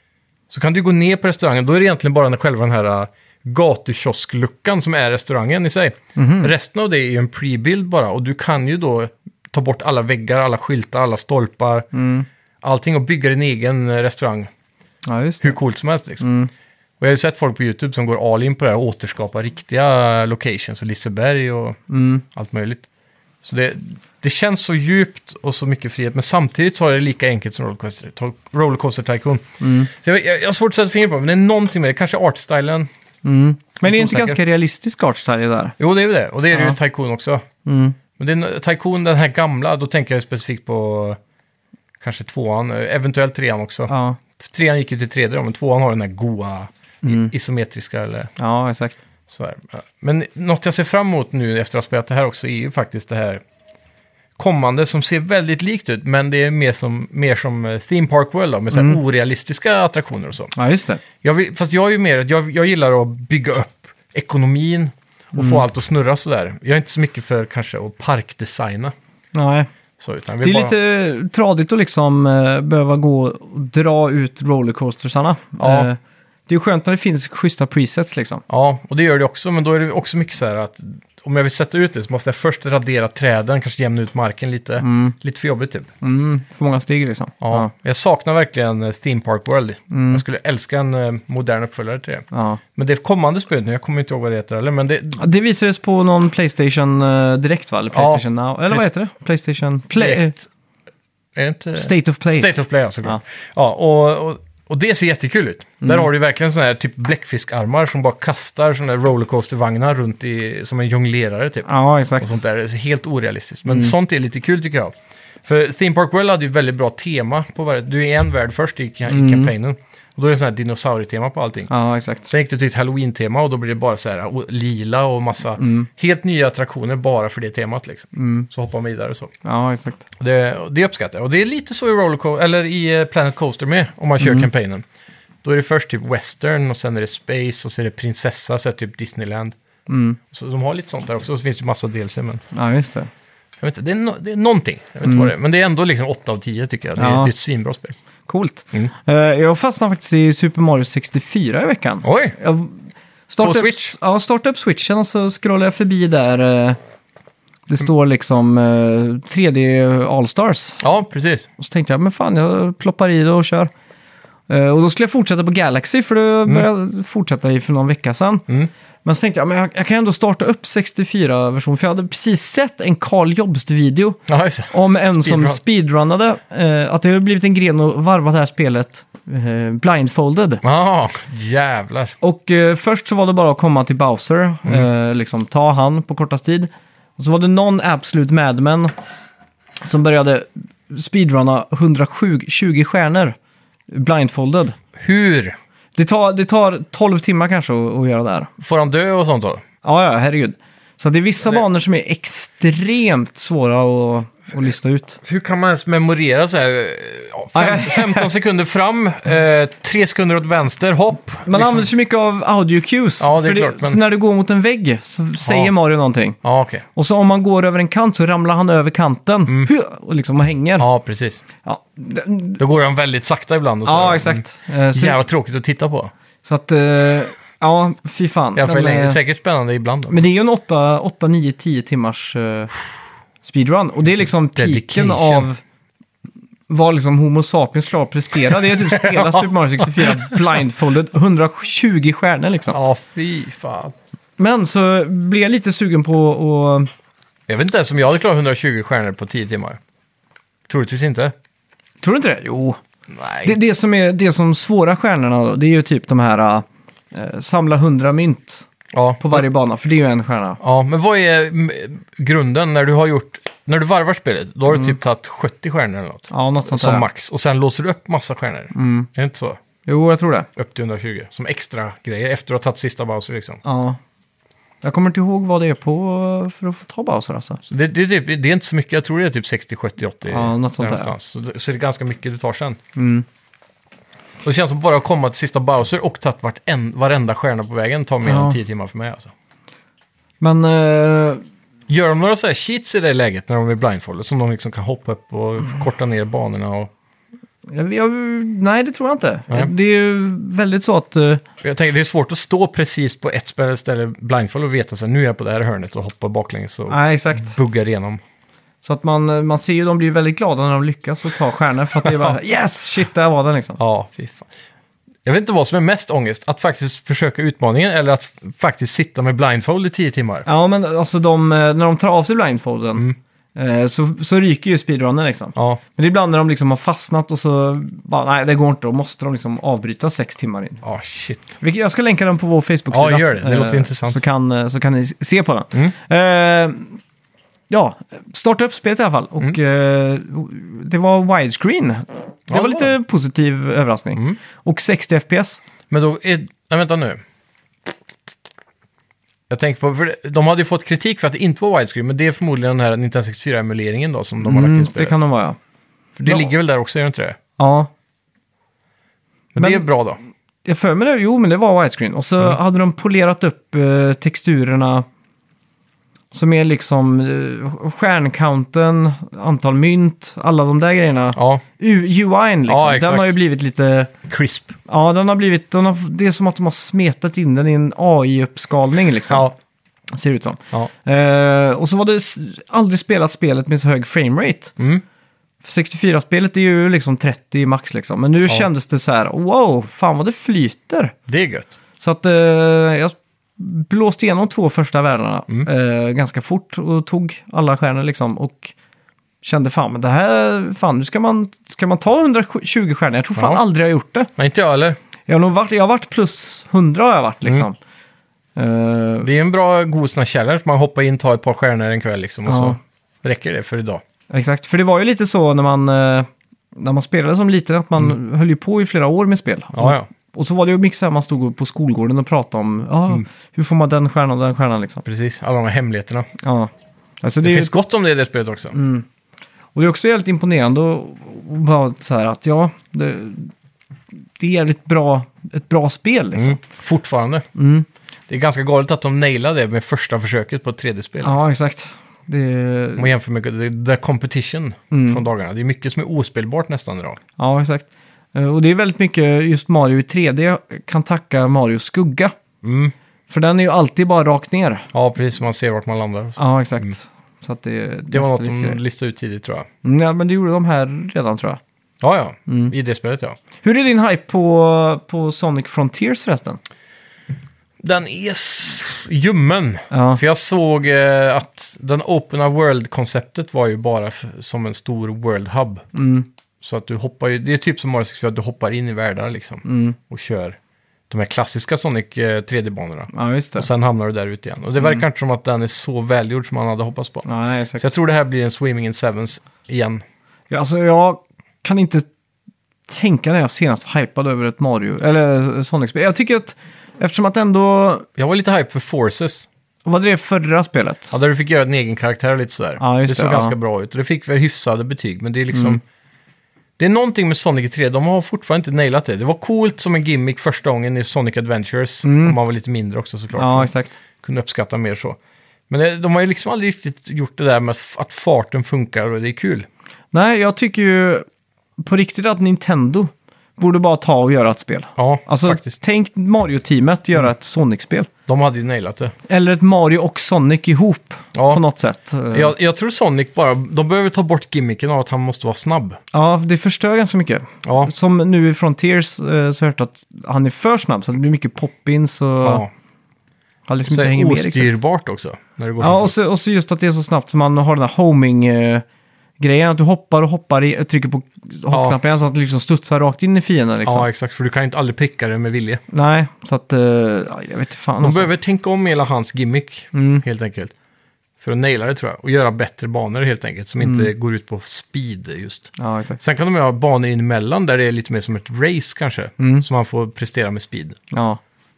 så kan du gå ner på restaurangen. Då är det egentligen bara den, själva den här uh, gatukioskluckan som är restaurangen i sig. Mm-hmm. Resten av det är ju en pre-build bara. Och du kan ju då ta bort alla väggar, alla skyltar, alla stolpar. Mm. Allting och bygga din egen uh, restaurang. Ja, just det. Hur coolt som helst liksom. Mm. Och jag har ju sett folk på YouTube som går all in på det här och återskapar riktiga locations. Och Liseberg och mm. allt möjligt. Så det... Det känns så djupt och så mycket frihet, men samtidigt så är det lika enkelt som Rollercoaster, Rollercoaster Tycoon. Mm. Så jag, jag, jag har svårt att sätta fingret på, men det är någonting med det. Kanske artstylen. Mm. Men det är inte ganska realistisk artstyle där? Jo, det är ju det. Och det är ja. det ju Tycoon också. Mm. Men det är, Tycoon, den här gamla, då tänker jag specifikt på kanske tvåan, eventuellt trean också. Ja. Trean gick ju till tre D, men tvåan har den här goa mm. isometriska. Eller... Ja, exakt. Så här. Men något jag ser fram emot nu efter att ha spelat det här också är ju faktiskt det här kommande som ser väldigt likt ut, men det är mer som, mer som Theme Park World då, med så här Mm. orealistiska attraktioner och så. Ja, just det. Jag vill, fast jag är ju mer, jag, jag gillar att bygga upp ekonomin och Mm. få allt att snurra sådär. Jag är inte så mycket för kanske att parkdesigna. Nej. Så, utan Det vill är bara... lite tradigt att liksom eh, behöva gå och dra ut rollercoastersarna. Ja. Eh, det är ju skönt när det finns schyssta presets liksom. Ja, och det gör det också, men då är det också mycket så här att om jag vill sätta ut det så måste jag först radera träden, kanske jämna ut marken lite. Mm. Lite för jobbigt typ. Mm, för många steg liksom. Ja. Jag saknar verkligen eh, Theme Park World. Mm. Jag skulle älska en eh, modern uppföljare till det. Ja. Men det kommande spelet nu, jag kommer inte ihåg vad det heter eller, men det... Ja, det visades på någon PlayStation uh, Direkt va? Eller PlayStation Now? Eller vad precis. heter det? PlayStation Play? Direkt. Är det inte... State of Play. State of Play, ja, såklart. Ja, ja och, och, och det ser jättekul ut. Mm. Där har du verkligen sådana här typ bläckfiskarmar som bara kastar sådana här rollercoastervagnar runt i, som en jonglerare typ. Ja, exakt. Och sånt där. Det är helt orealistiskt. Men sånt är lite kul tycker jag. För Theme Park World hade ju väldigt bra tema på varje... Du är i en värld först i, i Mm. kampanjen. Och då är det sån här dinosaurietema på allting. Ja, exakt. Sen gick det till ett Halloween-tema och då blir det bara så här och lila och massa helt nya attraktioner bara för det temat liksom. Mm. Så hoppar man vidare så. Ja, exakt. Och det, och det uppskattar jag. Och det är lite så i Rollerco- eller i eh, Planet Coaster med, om man kör Mm. kampanjen. Då är det först typ western och sen är det space och så är det prinsessa, så är det typ Disneyland. Mm. Så de har lite sånt där också, så finns det ju massa D L C, men Ja, just det. jag vet inte, det är, no- det är någonting. Jag vet inte vad det är, men det är ändå liksom åtta av tio tycker jag. Det är, Mm. Ja. det är ett svinbra spel. Coolt. Mm. Eh, jag fastnade faktiskt i Super Mario sextiofyra i veckan. Oj! Jag startade På upp- Switch? Ja, startade upp switchen och så scrollade jag förbi där. eh, Det står liksom eh, tre D All-Stars. Ja, precis. Och så tänkte jag, men fan, jag ploppar i det och kör. Eh, och då skulle jag fortsätta på Galaxy, för det började jag fortsätta i för någon vecka sedan. Mm. Men så tänkte jag, men jag, jag kan ändå starta upp sextiofyra-version, för jag hade precis sett en Carl Jobst-video Ja, just det. om en som Speedrun. speedrunnade, eh, att det har blivit en gren att varva det här spelet eh, blindfolded. Ja, jävlar. Och eh, först så var det bara att komma till Bowser, eh, liksom ta han på kortast tid. Och så var det någon absolut madman som började speedrunna hundratjugo stjärnor blindfolded. Hur? Det tar, det tar tolv timmar kanske att, att göra det här. Får han dö och sånt då? Ja, ja, herregud. Så det är vissa Det- banor som är extremt svåra att, att lista ut. Hur kan man ens memorera så här? Ja, fem, Ja, ja. femton sekunder fram, eh, tre sekunder åt vänster, hopp. Man använder så mycket av audio cues. Ja, det är för klart, men- Så när du går mot en vägg så säger Ja. Mario någonting. Ja, okej. Och så om man går över en kant så ramlar han över kanten. Hu! Och liksom och hänger. Ja, Ja, precis. ja. Då går han väldigt sakta ibland. Och så. ja exakt. Eh, Så, Jävla tråkigt att titta på. så att, eh, ja, fy fan. I alla fall Men, länge. eh, Säkert spännande ibland. Då. men det är ju en åtta, nio, tio timmars eh, speedrun. Och det är liksom piken Dedication. av vad liksom Homo sapiens klarar att prestera. Det är typ hela Super Mario sextiofyra blindfolded, hundratjugo stjärnor liksom. Ja, fy fan. Men så blev jag lite sugen på att... Jag vet inte ens om jag hade klarat hundratjugo stjärnor på tio timmar. Troligtvis inte. Tror du inte det? Jo. Nej. Det, det som är det som svåra stjärnorna då, det är ju typ de här äh, samla hundra mynt Ja. på varje bana, för det är ju en stjärna. Ja, men vad är mm, grunden när du har gjort... När du varvar spelet, då har du typ tagit sjuttio stjärnor eller något. Ja, något sånt Som där. max. Och sen låser du upp massa stjärnor. Mm. Är det inte så? Jo, jag tror det. Upp till hundratjugo. Som extra grejer efter att ha tagit sista Bowser liksom. Ja. Jag kommer inte ihåg vad det är på för att få ta Bowser alltså. Så det, det, det, det är inte så mycket, jag tror det är typ sextio, sjuttio, åttio. Ja, något sånt där. någonstans. Så, det, så det är ganska mycket du tar sen. Mm. Och det känns som bara att komma till sista Bowser och tagit vart en, varenda stjärna på vägen tar mer Ja. än tio timmar för mig alltså. Men... eh, Gör de några så här cheats i det läget när de är blindfolded som de liksom kan hoppa upp och korta ner banorna och... jag, jag, nej, det tror jag inte. Nej. Det är ju väldigt så att... eh, Jag tänker det är svårt att stå precis på ett ställe, ställe blindfold och veta så här, nu är jag på det här hörnet och hoppa baklänges och nej, exakt. buggar igenom. Så att man, man ser ju, de blir väldigt glada när de lyckas och ta stjärnor, för att det är bara yes, shit, där var den liksom. Ja, fy fan. Jag vet inte vad som är mest ångest, att faktiskt försöka utmaningen eller att faktiskt sitta med blindfold i tio timmar. Ja, men alltså de, eh, när de tar av sig blindfolden eh, så, så ryker ju speedrunnen liksom. Ja, Men det är ibland när de liksom har fastnat och så bara, nej, det går inte, då måste de liksom avbryta sex timmar in. ja shit. Vilket jag ska länka den på vår Facebook-sida. Ja, gör det. Det låter intressant. Så kan, eh, så kan ni se på den. Mm. Eh, ja, starta upp spelet i alla fall. Och eh, det var widescreen. Det Ja, var det lite positiv överraskning. Mm. Och sextio F P S. Men då är... Nej, vänta nu. Jag tänker på, för de hade ju fått kritik för att det inte var widescreen, men det är förmodligen den här Nintendo sextiofyra-emuleringen då som de har lagt in Mm, spelet. det kan de vara, ja. För det Ja. ligger väl där också, är det inte det? Ja. Men, Men- det är bra då. Jag för mig det, jo men det var widescreen. Och så Mm. hade de polerat upp eh, texturerna som är liksom eh, stjärncounten, antal mynt, alla de där grejerna. Ja, U- U I liksom, Ja, den exakt. har ju blivit lite... crisp. Ja, den har blivit... Den har, det är som att de har smetat in den i en A I-uppskalning liksom. Ja, Ser det ut som. ja. Eh, och så var det s- aldrig spelat spelet med så hög framerate. Mm. För sextiofyra-spelet är ju liksom trettio max liksom. Men nu kändes det så här, wow, fan vad det flyter. Det är gött. Så att eh, jag blåste igenom två första världarna Mm. eh, ganska fort och tog alla stjärnor liksom. Och kände fan, men det här, fan nu ska man, ska man ta hundratjugo stjärnor? Jag tror fan Ja. aldrig jag har gjort det. Men inte jag heller. Jag har nog varit, jag har varit plus hundra har jag varit liksom. Mm. Eh, Det är en bra, god sån här challenge. Man hoppar in, tar ett par stjärnor en kväll liksom. Och Ja. så räcker det för idag. Exakt, för det var ju lite så när man, eh, när man spelade som liten att man höll ju på i flera år med spel. Mm. Ja, ja. Och så var det ju mycket så här, man stod på skolgården och pratade om, ja, Mm. hur får man den stjärnan och den stjärnan liksom. Precis. Alla de här hemligheterna. Ja. Alltså Det, det, är, finns gott om det i det spelet också. och det är också helt imponerande och, och bara så här att ja, det, det är ett bra, ett bra spel liksom. Mm. Fortfarande. Mm. Det är ganska galet att de nailade det med första försöket på ett tre D-spel. Ja, exakt. Det, Om man jämför med the, the competition Mm. från dagarna. Det är mycket som är ospelbart nästan idag. ja, exakt. Eh, Och det är väldigt mycket, just Mario i tre D kan tacka Mario skugga. Mm. För den är ju alltid bara rakt ner. Ja, precis. Man ser vart man landar. Ja, exakt. Så att det, Mm. Det var något nästan de lite- listade ut tidigt tror jag. Mm, ja, men det gjorde de här redan tror jag. Ja, ja. Mm. I det spelet ja. Hur är din hype på, på Sonic Frontiers förresten? Den är s- ljummen. Ja, För jag såg eh, att den Open World-konceptet var ju bara f- som en stor World Hub. mm, Så att du hoppar ju, det är typ som Mario sextiofyra, att du hoppar in i världar liksom. mm. Och kör de här klassiska Sonic eh, tre D-banorna. ja just det. Och sen hamnar du där ute igen. Och det verkar inte som att den är så välgjord som man hade hoppats på. Ja, nej, Så exakt. jag tror det här blir en Swimming in Sevens igen. Ja, alltså jag kan inte tänka när jag senast var hypad över ett Mario, eller Sonic-spel. Jag tycker att, eftersom att ändå, Jag var lite hype för Forces. vad var det förra spelet? Ja, där du fick göra en egen karaktär och lite sådär. Ja, just det såg det, ja. ganska bra ut. Och det fick väl hyfsade betyg, men det är liksom... Mm. Det är någonting med Sonic i tre, de har fortfarande inte nailat det. Det var coolt som en gimmick första gången i Sonic Adventures. Mm. Och man var lite mindre också såklart. Ja, Så exakt. kunde uppskatta mer så. Men det, de har ju liksom aldrig riktigt gjort det där med f- att farten funkar och det är kul. Nej, jag tycker ju på riktigt att Nintendo borde bara ta och göra ett spel. Ja, Alltså, faktiskt. tänk Mario-teamet göra ett Sonic-spel. De hade ju nailat det. Eller ett Mario och Sonic ihop Ja. på något sätt. Jag, jag tror Sonic bara, de behöver ta bort gimmicken av att han måste vara snabb. Ja, det förstör ganska mycket. Ja, Som nu i Frontiers eh, så har jag hört att han är för snabb så det blir mycket pop-ins och ja. han liksom Så inte är hänger det med riktigt. ostyrbart också. När det går Ja, så och fort. så, och så just att det är så snabbt som man har den här homing-grejen. Att du hoppar och hoppar i, trycker på hoppknappen igen så att det liksom studsar rakt in i fienden. Liksom. Ja, exakt. För du kan ju inte aldrig pricka det med vilje. Nej, så att... eh, ja, jag vet inte fan. De alltså. behöver tänka om hela hans gimmick, Mm. helt enkelt. För att naila det tror jag. Och göra bättre banor helt enkelt, som inte Mm. går ut på speed just. Ja, exakt. Sen kan de ju ha banor in emellan där det är lite mer som ett race kanske. Mm. Så man får prestera med speed. Ja,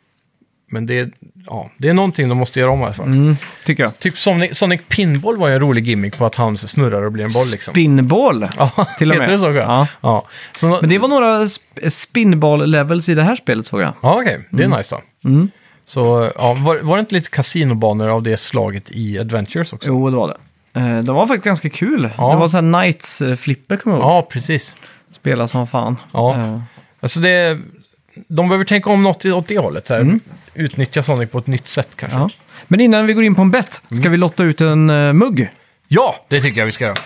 Men det är, ja, det är någonting de måste göra om i alla fall. mm, tycker jag. Typ Sonic, Sonic Pinball var ju en rolig gimmick på att han snurrar och blir en boll liksom. Spinball, Ja, till och med. heter det så? Ja. Ja. Ja. Så, Men det var några sp- spinball-levels i det här spelet såg jag. ja, okej. Det är nice då. Mm. Så ja, var, var det inte lite kasinobanor av det slaget i Adventures också? Jo, det var det. Eh, de var faktiskt ganska kul. Ja. Det var så här Knights-flipper, kommer jag ihåg. Ja, precis. Spela som fan. Ja. Eh, Alltså det, de behöver tänka om något åt det hållet. Här. Mm. Utnyttja Sonic på ett nytt sätt kanske. ja. Men innan vi går in på en bet, ska Mm. vi lotta ut en uh, mugg? Ja, det tycker jag vi ska göra.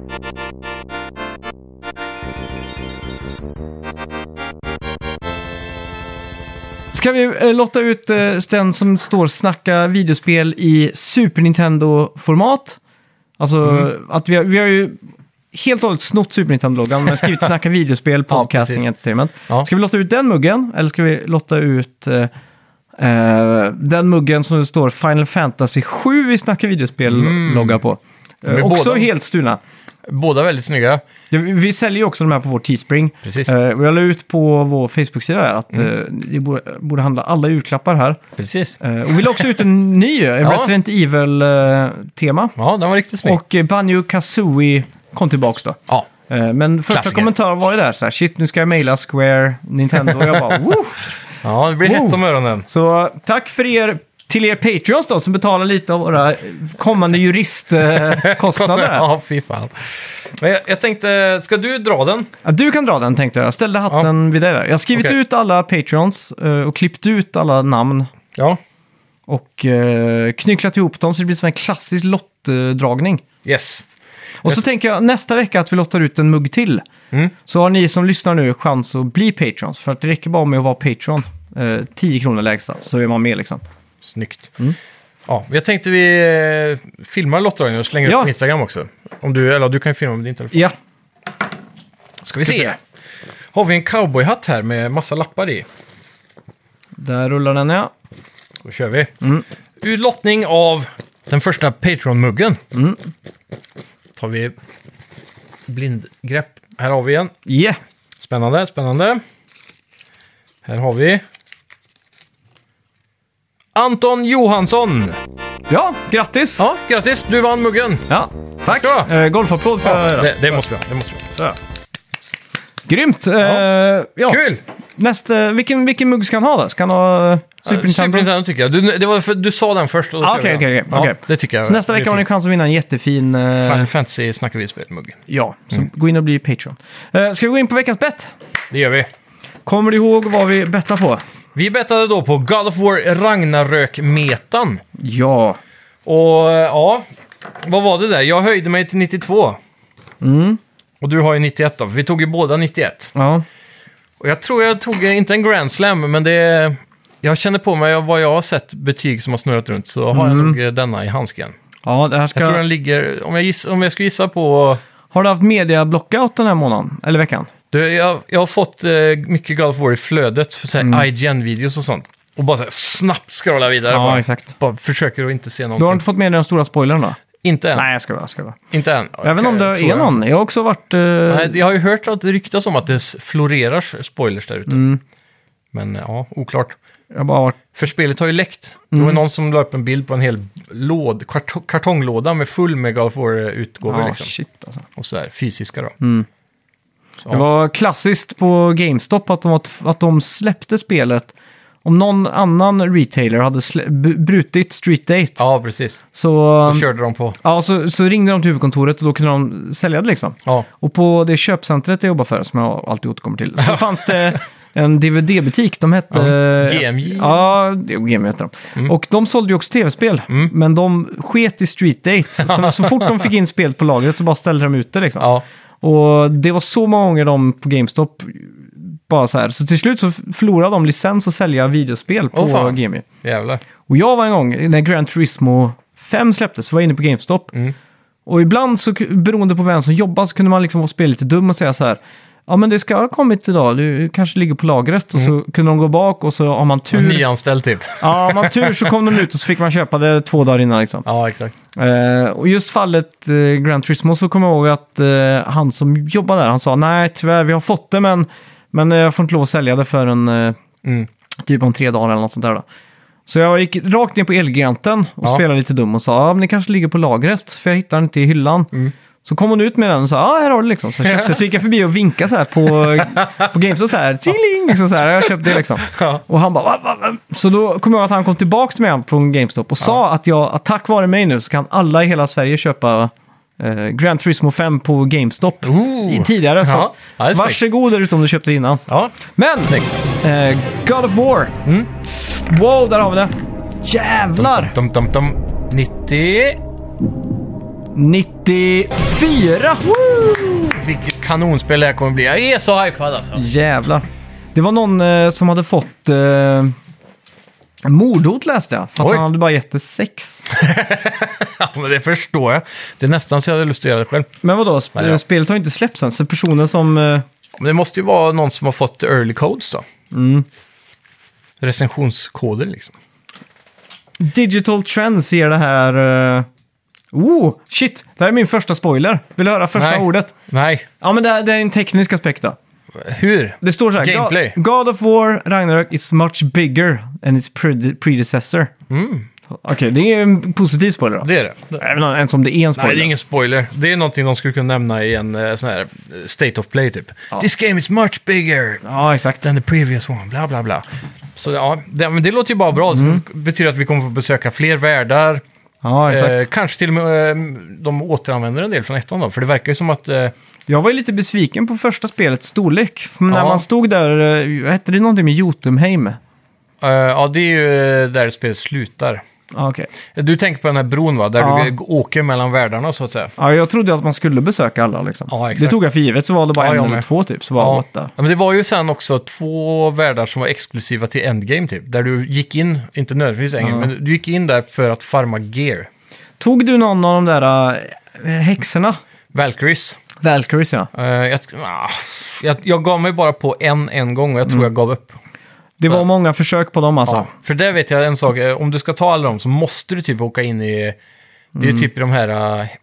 Ska vi eh, lotta ut eh, den som står snacka videospel i Super Nintendo-format? Alltså, Mm. att vi har, vi har ju helt och hållet snott Super Nintendo-loggan, men skrivit snacka videospel, Ja, podcasting, precis. entertainment. Ja. Ska vi lotta ut den muggen, eller ska vi lotta ut eh, eh, den muggen som det står Final Fantasy sju i snacka videospel-logga på? De är Eh, också båda- helt stulna. Båda väldigt snygga. Ja, vi, vi säljer ju också de här på vår Teespring. Precis. Uh, jag la ut på vår Facebook-sida här att mm. uh, det borde, borde handla alla julklappar här. Precis. Uh, och vi la också ut en ny, en ja. Resident Evil-tema. Ja, den var riktigt snygg. Och uh, Banjo-Kazooie kom tillbaka då. Ja. Uh, men första Klassiker. kommentaren var ju där så här, shit, nu ska jag mejla Square, Nintendo. Och jag bara, woo! Ja, det blir hett om öronen. Så tack för er, till er Patreons då, som betalar lite av våra kommande juristkostnader. Ja, fy fan. Men jag, jag tänkte, ska du dra den? Ja, du kan dra den, tänkte jag. Jag ställde hatten ja. vid dig där. Jag har skrivit okay. ut alla Patreons och klippt ut alla namn. Ja. Och uh, knycklat ihop dem så det blir som en klassisk lottdragning. Yes. Och så tänker jag nästa vecka att vi lottar ut en mugg till. Mm. Så har ni som lyssnar nu chans att bli Patrons. För att det räcker bara med att vara Patreon. Uh, tio kronor lägsta, så är man med liksom. Snyggt. Mm. Ja, jag tänkte vi eh, filmar lottdragningen och slänger ja. upp på Instagram också. Om du, eller du kan ju filma med din telefon. Ja. Ska vi se. Har vi en cowboyhatt här med massa lappar i. Där rullar den, ja. Då kör vi. Mm. Utlottning av den första Patreon-muggen. Mm. Tar vi blindgrepp. Här har vi en. Yeah. Spännande, spännande. Här har vi Anton Johansson. Ja, grattis. Ja, grattis. Du vann muggen. Ja, tack. Uh, golfapplåd för... Ja, det, det måste vi ha. Det måste vi ha. Så. Grymt. Ja. Uh, ja. Kul. Nästa, vilken, vilken mugg ska han ha då? Ska han ha uh, Super Nintendo? Super Nintendo tycker jag. Du, det var för, du sa den först. Okej, okej, okej. Ja, det tycker jag. Så nästa vecka har ni chans att vinna en jättefin... Uh... Final Fantasy snackar vi spel-mugg. Ja, så mm. gå in och bli Patreon. Uh, ska vi gå in på veckans bett? Det gör vi. Kommer du ihåg vad vi bettar på? Vi bettade då på God of War Ragnarök-metan. Ja. Och ja, vad var det där? Jag höjde mig till nittiotvå. Mm. Och du har ju nittioett då. Vi tog ju båda nittioett. Ja. Och jag tror jag tog, inte en Grand Slam, men det... Jag känner på mig vad jag har sett betyg som har snurrat runt, så har mm. jag nog denna i handsken. Ja, det här ska... Jag tror den ligger... Om jag, giss, om jag skulle gissa på... Har du haft media-blockout den här månaden? Eller veckan? Du, jag, jag har fått eh, mycket God of War i flödet, för så här mm. I G N-videos och sånt. Och bara så här, snabbt scrolla vidare. Ja, bara, exakt. Bara försöker att inte se någonting. Du har inte fått med dig den stora spoilern då? Inte än. Nej, jag ska vara. Jag ska vara. Inte än. Jag vet inte om det är jag. någon. Jag har också varit... Uh... Nej, jag har ju hört att det ryktas om att det florerar spoilers där ute. Mm. Men ja, oklart. Jag har bara varit... För spelet har ju läckt. Mm. Det var någon som la upp en bild på en hel låd, kart- kartonglåda med full med God of War-utgåvor. Ja, liksom. shit alltså. Och sådär, fysiska då. Mm. Så. Det var klassiskt på GameStop att de, att de släppte spelet. Om någon annan retailer hade slä- brutit Street Date. Ja, precis. Så, då körde de på. Ja, så, så ringde de till huvudkontoret och då kunde de sälja det liksom. Ja. Och på det köpcentret jag jobbar för, som jag alltid återkommer till, så fanns det en D V D-butik. De hette... Ja. G M J? Ja, G M J heter de. Mm. Och de sålde ju också tv-spel. Mm. Men de sket i Street Dates. Så, så fort de fick in spel på lagret så bara ställde de ut det liksom. Ja. Och det var så många gånger de på GameStop bara så här. Så till slut så förlorade de licens att sälja videospel på oh, G M J. Jävlar. Och jag var en gång, när Gran Turismo fem släpptes, så var jag inne på GameStop. Mm. Och ibland, så beroende på vem som jobbar, så kunde man liksom vara spela lite dum och säga så här: ja, men det ska ha kommit idag, du kanske ligger på lagret. Mm. Och så kunde de gå bak och så har man tur. Nyanställd typ. Ja, om man tur så kom de ut och så fick man köpa det två dagar innan liksom. Ja, exakt. Uh, och just fallet uh, Gran Turismo, så kommer jag ihåg att uh, han som jobbar där, han sa nej tyvärr, vi har fått det, men, men uh, jag får inte lov att sälja det för en uh, mm. typ om tre dagar eller något sånt där då. Så jag gick rakt ner på Elgiganten och ja. spelade lite dum och sa, ja, men det kanske ligger på lagret, för jag hittar den inte i hyllan. Mm. Så kom hon ut med den och sa, ja, här har du liksom. Så, köpte, så gick jag förbi och vinkade så här på, på Games och så här, tjilling, liksom så här, jag köpte det liksom. Ja. Och han bara, va, va, va? Så då kom jag att han kom tillbaka till mig från GameStop och ja. sa att, jag, att tack vare mig nu så kan alla i hela Sverige köpa eh, Gran Turismo fem på GameStop Ooh. tidigare. Så ja. Ja, varsågod där ute om du köpte innan. Ja. Men, eh, God of War. Mm. Wow, där har vi det. Jävlar! Dum, dum, dum, dum. nittio... nittiofyra! Woo! Vilket kanonspel det här kommer bli. Jag är så hypad alltså. Jävlar. Det var någon eh, som hade fått eh, mordhot, läste jag. För att han hade bara gett det sex. Ja, men det förstår jag. Det är nästan så jag hade lust att göra det själv. Men vadå? Sp- Nej, ja. Spelet har inte släppts än. Så personer som... Eh... Men det måste ju vara någon som har fått early codes då. Mm. Recensionskoder liksom. Digital Trends ger det här... Eh... Oh, shit! Det här är min första spoiler. Vill du höra första Nej. ordet? Nej. Ja, men det är, det är en teknisk aspekt då. Hur? Det står så här. Gameplay. God, God of War Ragnarök is much bigger than its prede- predecessor. Mm. Okej, okay, det är en positiv spoiler då. Det är det. det. Även ens om det är en spoiler. Nej, det är ingen spoiler. Det är någonting de skulle kunna nämna i en uh, sån här uh, state of play typ. Ja. This game is much bigger ja, exakt. than the previous one, bla bla bla. Så ja, det, men det låter ju bara bra. Mm. Det betyder att vi kommer få besöka fler världar. Ja, exakt. Eh, kanske till och med eh, de återanvänder en del från ettan då. För det verkar ju som att... Eh, jag var ju lite besviken på första spelets storlek. För när ja. man stod där, uh, hette det någonting med Jotunheim? Uh, ja, det är ju där spelet slutar. Ah, okay. Du tänker på den här bron va? Där ja. du åker mellan världarna så att säga. Ja, jag trodde att man skulle besöka alla liksom. Ja, det tog jag för givet, så var det bara ja, en eller två typ. Så var ja. åtta. Ja, men det var ju sen också två världar som var exklusiva till Endgame typ. Där du gick in, inte nödvändigtvis en gång, ja. men du gick in där för att farma gear. Tog du någon av de där äh, häxorna? Valkyries. Valkyries, ja. Uh, jag, ah, jag, jag gav mig bara på en en gång och jag tror mm. jag gav upp. Det var många försök på dem alltså. Ja, för det vet jag en sak, om du ska ta alla dem så måste du typ åka in i, det är mm. typ i de här, uh,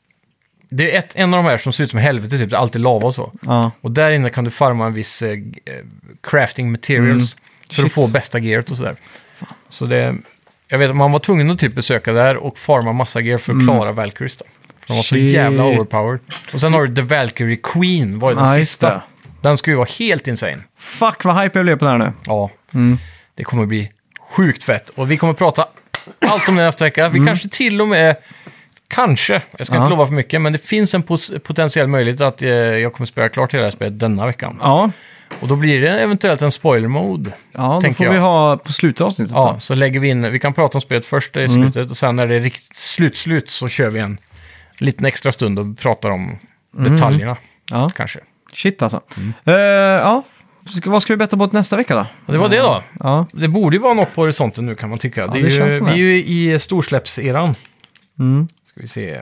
det är ett, en av de här som ser ut som helvete typ, det är alltid lava och så. Ja. Och där inne kan du farma en viss uh, crafting materials mm. för Shit. att få bästa gearet och sådär. Så det, jag vet att man var tvungen att typ besöka där och farma massa gear för att mm. klara Valkyries då. För de var så jävla overpowered. Och sen har du The Valkyrie Queen, var ju den ah, sista. Den ska ju vara helt insane. Fuck vad hype jag blev på det här nu. Ja, mm. det kommer bli sjukt fett. Och vi kommer prata allt om det nästa vecka. Vi mm. kanske till och med, kanske, jag ska ja. inte lova för mycket, men det finns en pos- potentiell möjlighet att eh, jag kommer spela klart hela det här spelet denna veckan. Ja. Och då blir det eventuellt en spoiler-mode. Ja, då får jag. vi ha på slutet av avsnittet. Ja, då. Så lägger vi in, vi kan prata om spelet först i mm. slutet och sen när det är riktigt slut-slut så kör vi en liten extra stund och pratar om mm. detaljerna. Ja. Kanske. Shit alltså. Mm. Uh, ja, vad ska vi betta på nästa vecka då? Ja, det var det då. Ja. Det borde ju vara något på horisonten nu kan man tycka. Ja, det är det ju, känns som vi det. är ju i storsläppseran. Mm. Ska vi se.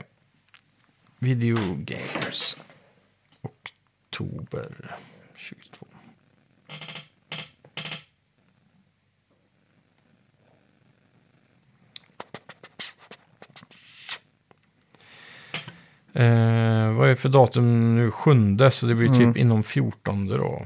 Video Games. Oktober tjugotvå. Eh, vad är det för datum nu? Sjunde, så det blir typ mm. inom fjortonde då.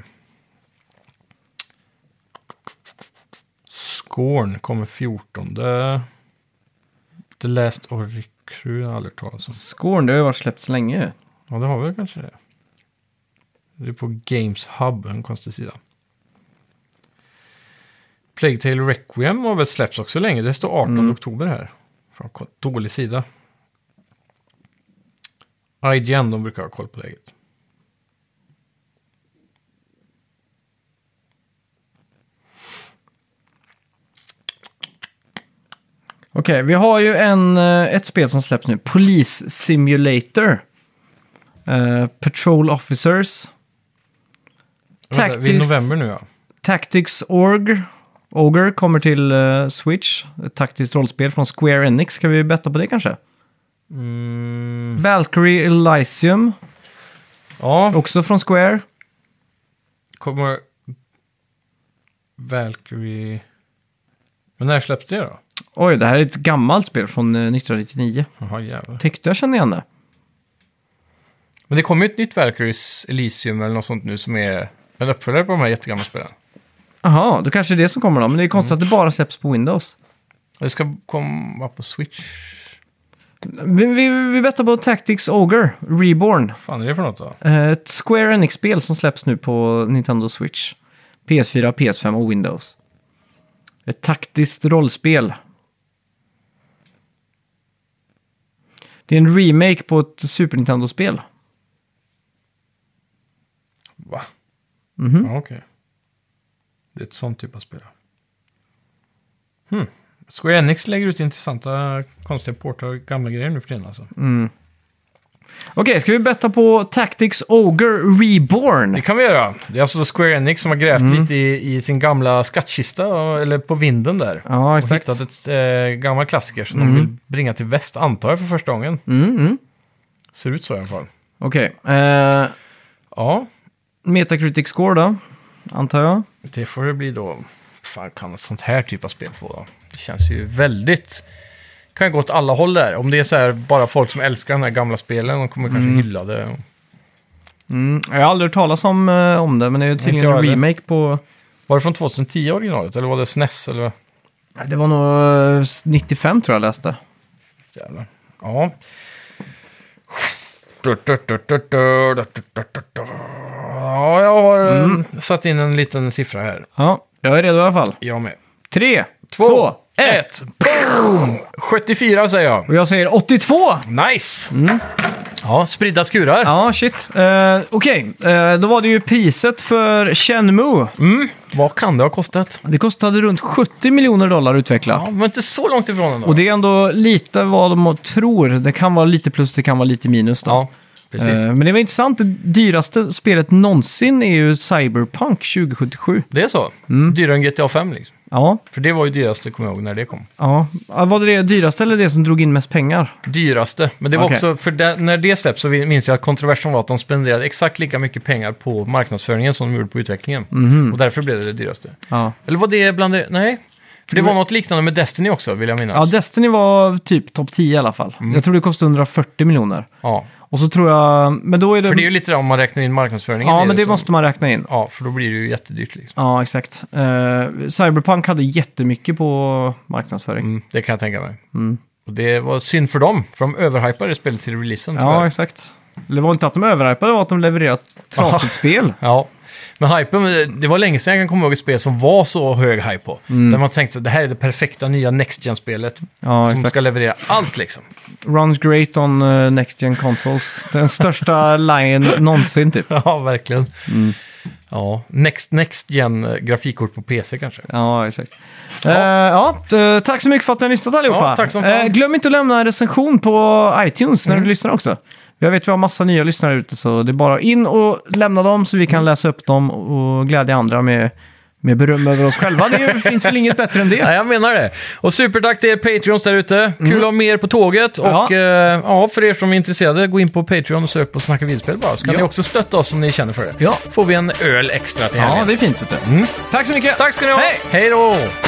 Scorn kommer fjortonde. The Last of the Crew har jag aldrig talat om. Scorn, det har ju varit släppts länge. Ja, det har väl kanske det. Det är på Games Hub, en konstig sida. Plague Tale Requiem har väl släppts också länge. Det står artonde mm. oktober här. Från dålig sida. I G N, de brukar ha koll på läget. Okej, okay, vi har ju en, ett spel som släpps nu. Police Simulator. Uh, Patrol Officers. Tactics, vi är i november nu, ja. Tactics Org. Ogre kommer till uh, Switch. Ett taktiskt rollspel från Square Enix. Ska vi betta på det kanske? Mm. Valkyrie Elysium. Ja. Också från Square. Kommer Valkyrie... Men när släpps det då? Oj, det här är ett gammalt spel från uh, nittonhundranittionio. Jaha, jävlar. Tyckte jag kände igen det. Men det kommer ju ett nytt Valkyries Elysium eller något sånt nu som är en uppföljare på de här jättegamla spelen. Jaha, då kanske det är det som kommer då. Men det är konstigt mm. att det bara släpps på Windows. Det ska komma på Switch. Vi, vi, vi bettar på Tactics Ogre Reborn. Vad fan är det för något då? Ett Square Enix-spel som släpps nu på Nintendo Switch. P S fyra, P S fem och Windows. Ett taktiskt rollspel. Det är en remake på ett Super Nintendo-spel. Va? Mhm. Ja, okej. Okay. Det är ett sånt typ av spel. Hmm. Square Enix lägger ut intressanta, konstiga portar och gamla grejer nu för tiden alltså. Mm. Okej, okay, ska vi betta på Tactics Ogre Reborn? Det kan vi göra. Det är alltså Square Enix som har grävt mm. lite i, i sin gamla skattkista, eller på vinden där. Ja, exakt. Och hittat ett äh, gammalt klassiker som mm. de vill bringa till väst, antar jag, för första gången. Mm, mm. Ser ut så i alla fall. Okej. Okay. Uh, ja. Metacritic score då, antar jag. Det får det bli då. Fan, kan ett sånt här typ av spel få då? Det känns ju väldigt kan gå åt alla håll där. Om det är så här, bara folk som älskar den här gamla spelen, de kommer kanske mm. hylla det. Mm. Jag har aldrig hört talas om, uh, om det, men det är tydligen en remake på... Var det från tjugohundratio originalet, eller var det S N E S? Eller? Det var nog nittiofem tror jag läste. Jävlar. Ja. Ja, jag har mm. satt in en liten siffra här. Ja, jag är redo i alla fall. Jag med. Tre, två, två ett. Boom! sjuttiofyra säger jag. Och jag säger åttiotvå. Nice! Mm. Ja, spridda skurar. Ja, shit. Uh, Okej, okay. uh, då var det ju priset för Shenmue. Mm. Vad kan det ha kostat? Det kostade runt sjuttio miljoner dollar att utveckla. Ja, men inte så långt ifrån ändå. Och det är ändå lite vad de tror. Det kan vara lite plus, det kan vara lite minus då. Ja, precis. Uh, men det var intressant. Det dyraste spelet någonsin är ju Cyberpunk tjugo sjuttiosju. Det är så? Mm. Dyrare än G T A fem liksom. Ja. För det var ju dyraste, kommer jag ihåg, när det kom. Ja. Var det det dyraste eller det som drog in mest pengar? Dyraste. Men det var okay. också, för det, när det släpps så minns jag att kontroversen var att de spenderade exakt lika mycket pengar på marknadsföringen som de gjorde på utvecklingen. Mm. Och därför blev det det dyraste. Ja. Eller var det bland det? Nej. För det var något liknande med Destiny också, vill jag minnas. Ja, Destiny var typ topp tio i alla fall. Mm. Jag tror det kostade hundrafyrtio miljoner. Ja. Och så tror jag... Men då är det... För det är ju lite det om man räknar in marknadsföringen. Ja, men det som... måste man räkna in. Ja, för då blir det ju jättedyrt liksom. Ja, exakt. Uh, Cyberpunk hade jättemycket på marknadsföring. Mm, det kan jag tänka mig. Mm. Och det var synd för dem, för de överhypade spelet till releasen. Ja, tyvärr. Exakt. Det var inte att de överhypade, det var att de levererade ett trasigt spel. Ja. Men hypen, det var länge sedan jag kan komma ihåg ett spel som var så hög hype på. Mm. Där man tänkte att det här är det perfekta nya Next Gen-spelet. Ja, som exakt. Ska leverera allt liksom. Runs great on uh, Next Gen consoles. Den största line någonsin typ. Ja, verkligen. Mm. Ja, Next, Next Gen grafikkort på P C kanske. Ja, exakt. Ja. Uh, ja, tack så mycket för att ni har lyssnat allihopa. Ja, tack som fan. Uh, glöm inte att lämna en recension på iTunes när mm. du lyssnar också. Jag vet att vi har massa nya lyssnare ute, så det är bara in och lämna dem så vi kan läsa upp dem och glädja andra med, med beröm över oss själva. Det finns väl inget bättre än det. Ja, jag menar det. Och supertack till er Patreons där ute. Kul mm. att ha mer på tåget. Ja. Och eh, ja, för er som är intresserade, gå in på Patreon och sök på Snacka videospel bara. Så kan ja. ni också stötta oss om ni känner för det. Ja. Får vi en öl extra till helgen. Ja, det är fint ute. Mm. Tack så mycket. Tack ska ni ha. Hej. Hej då.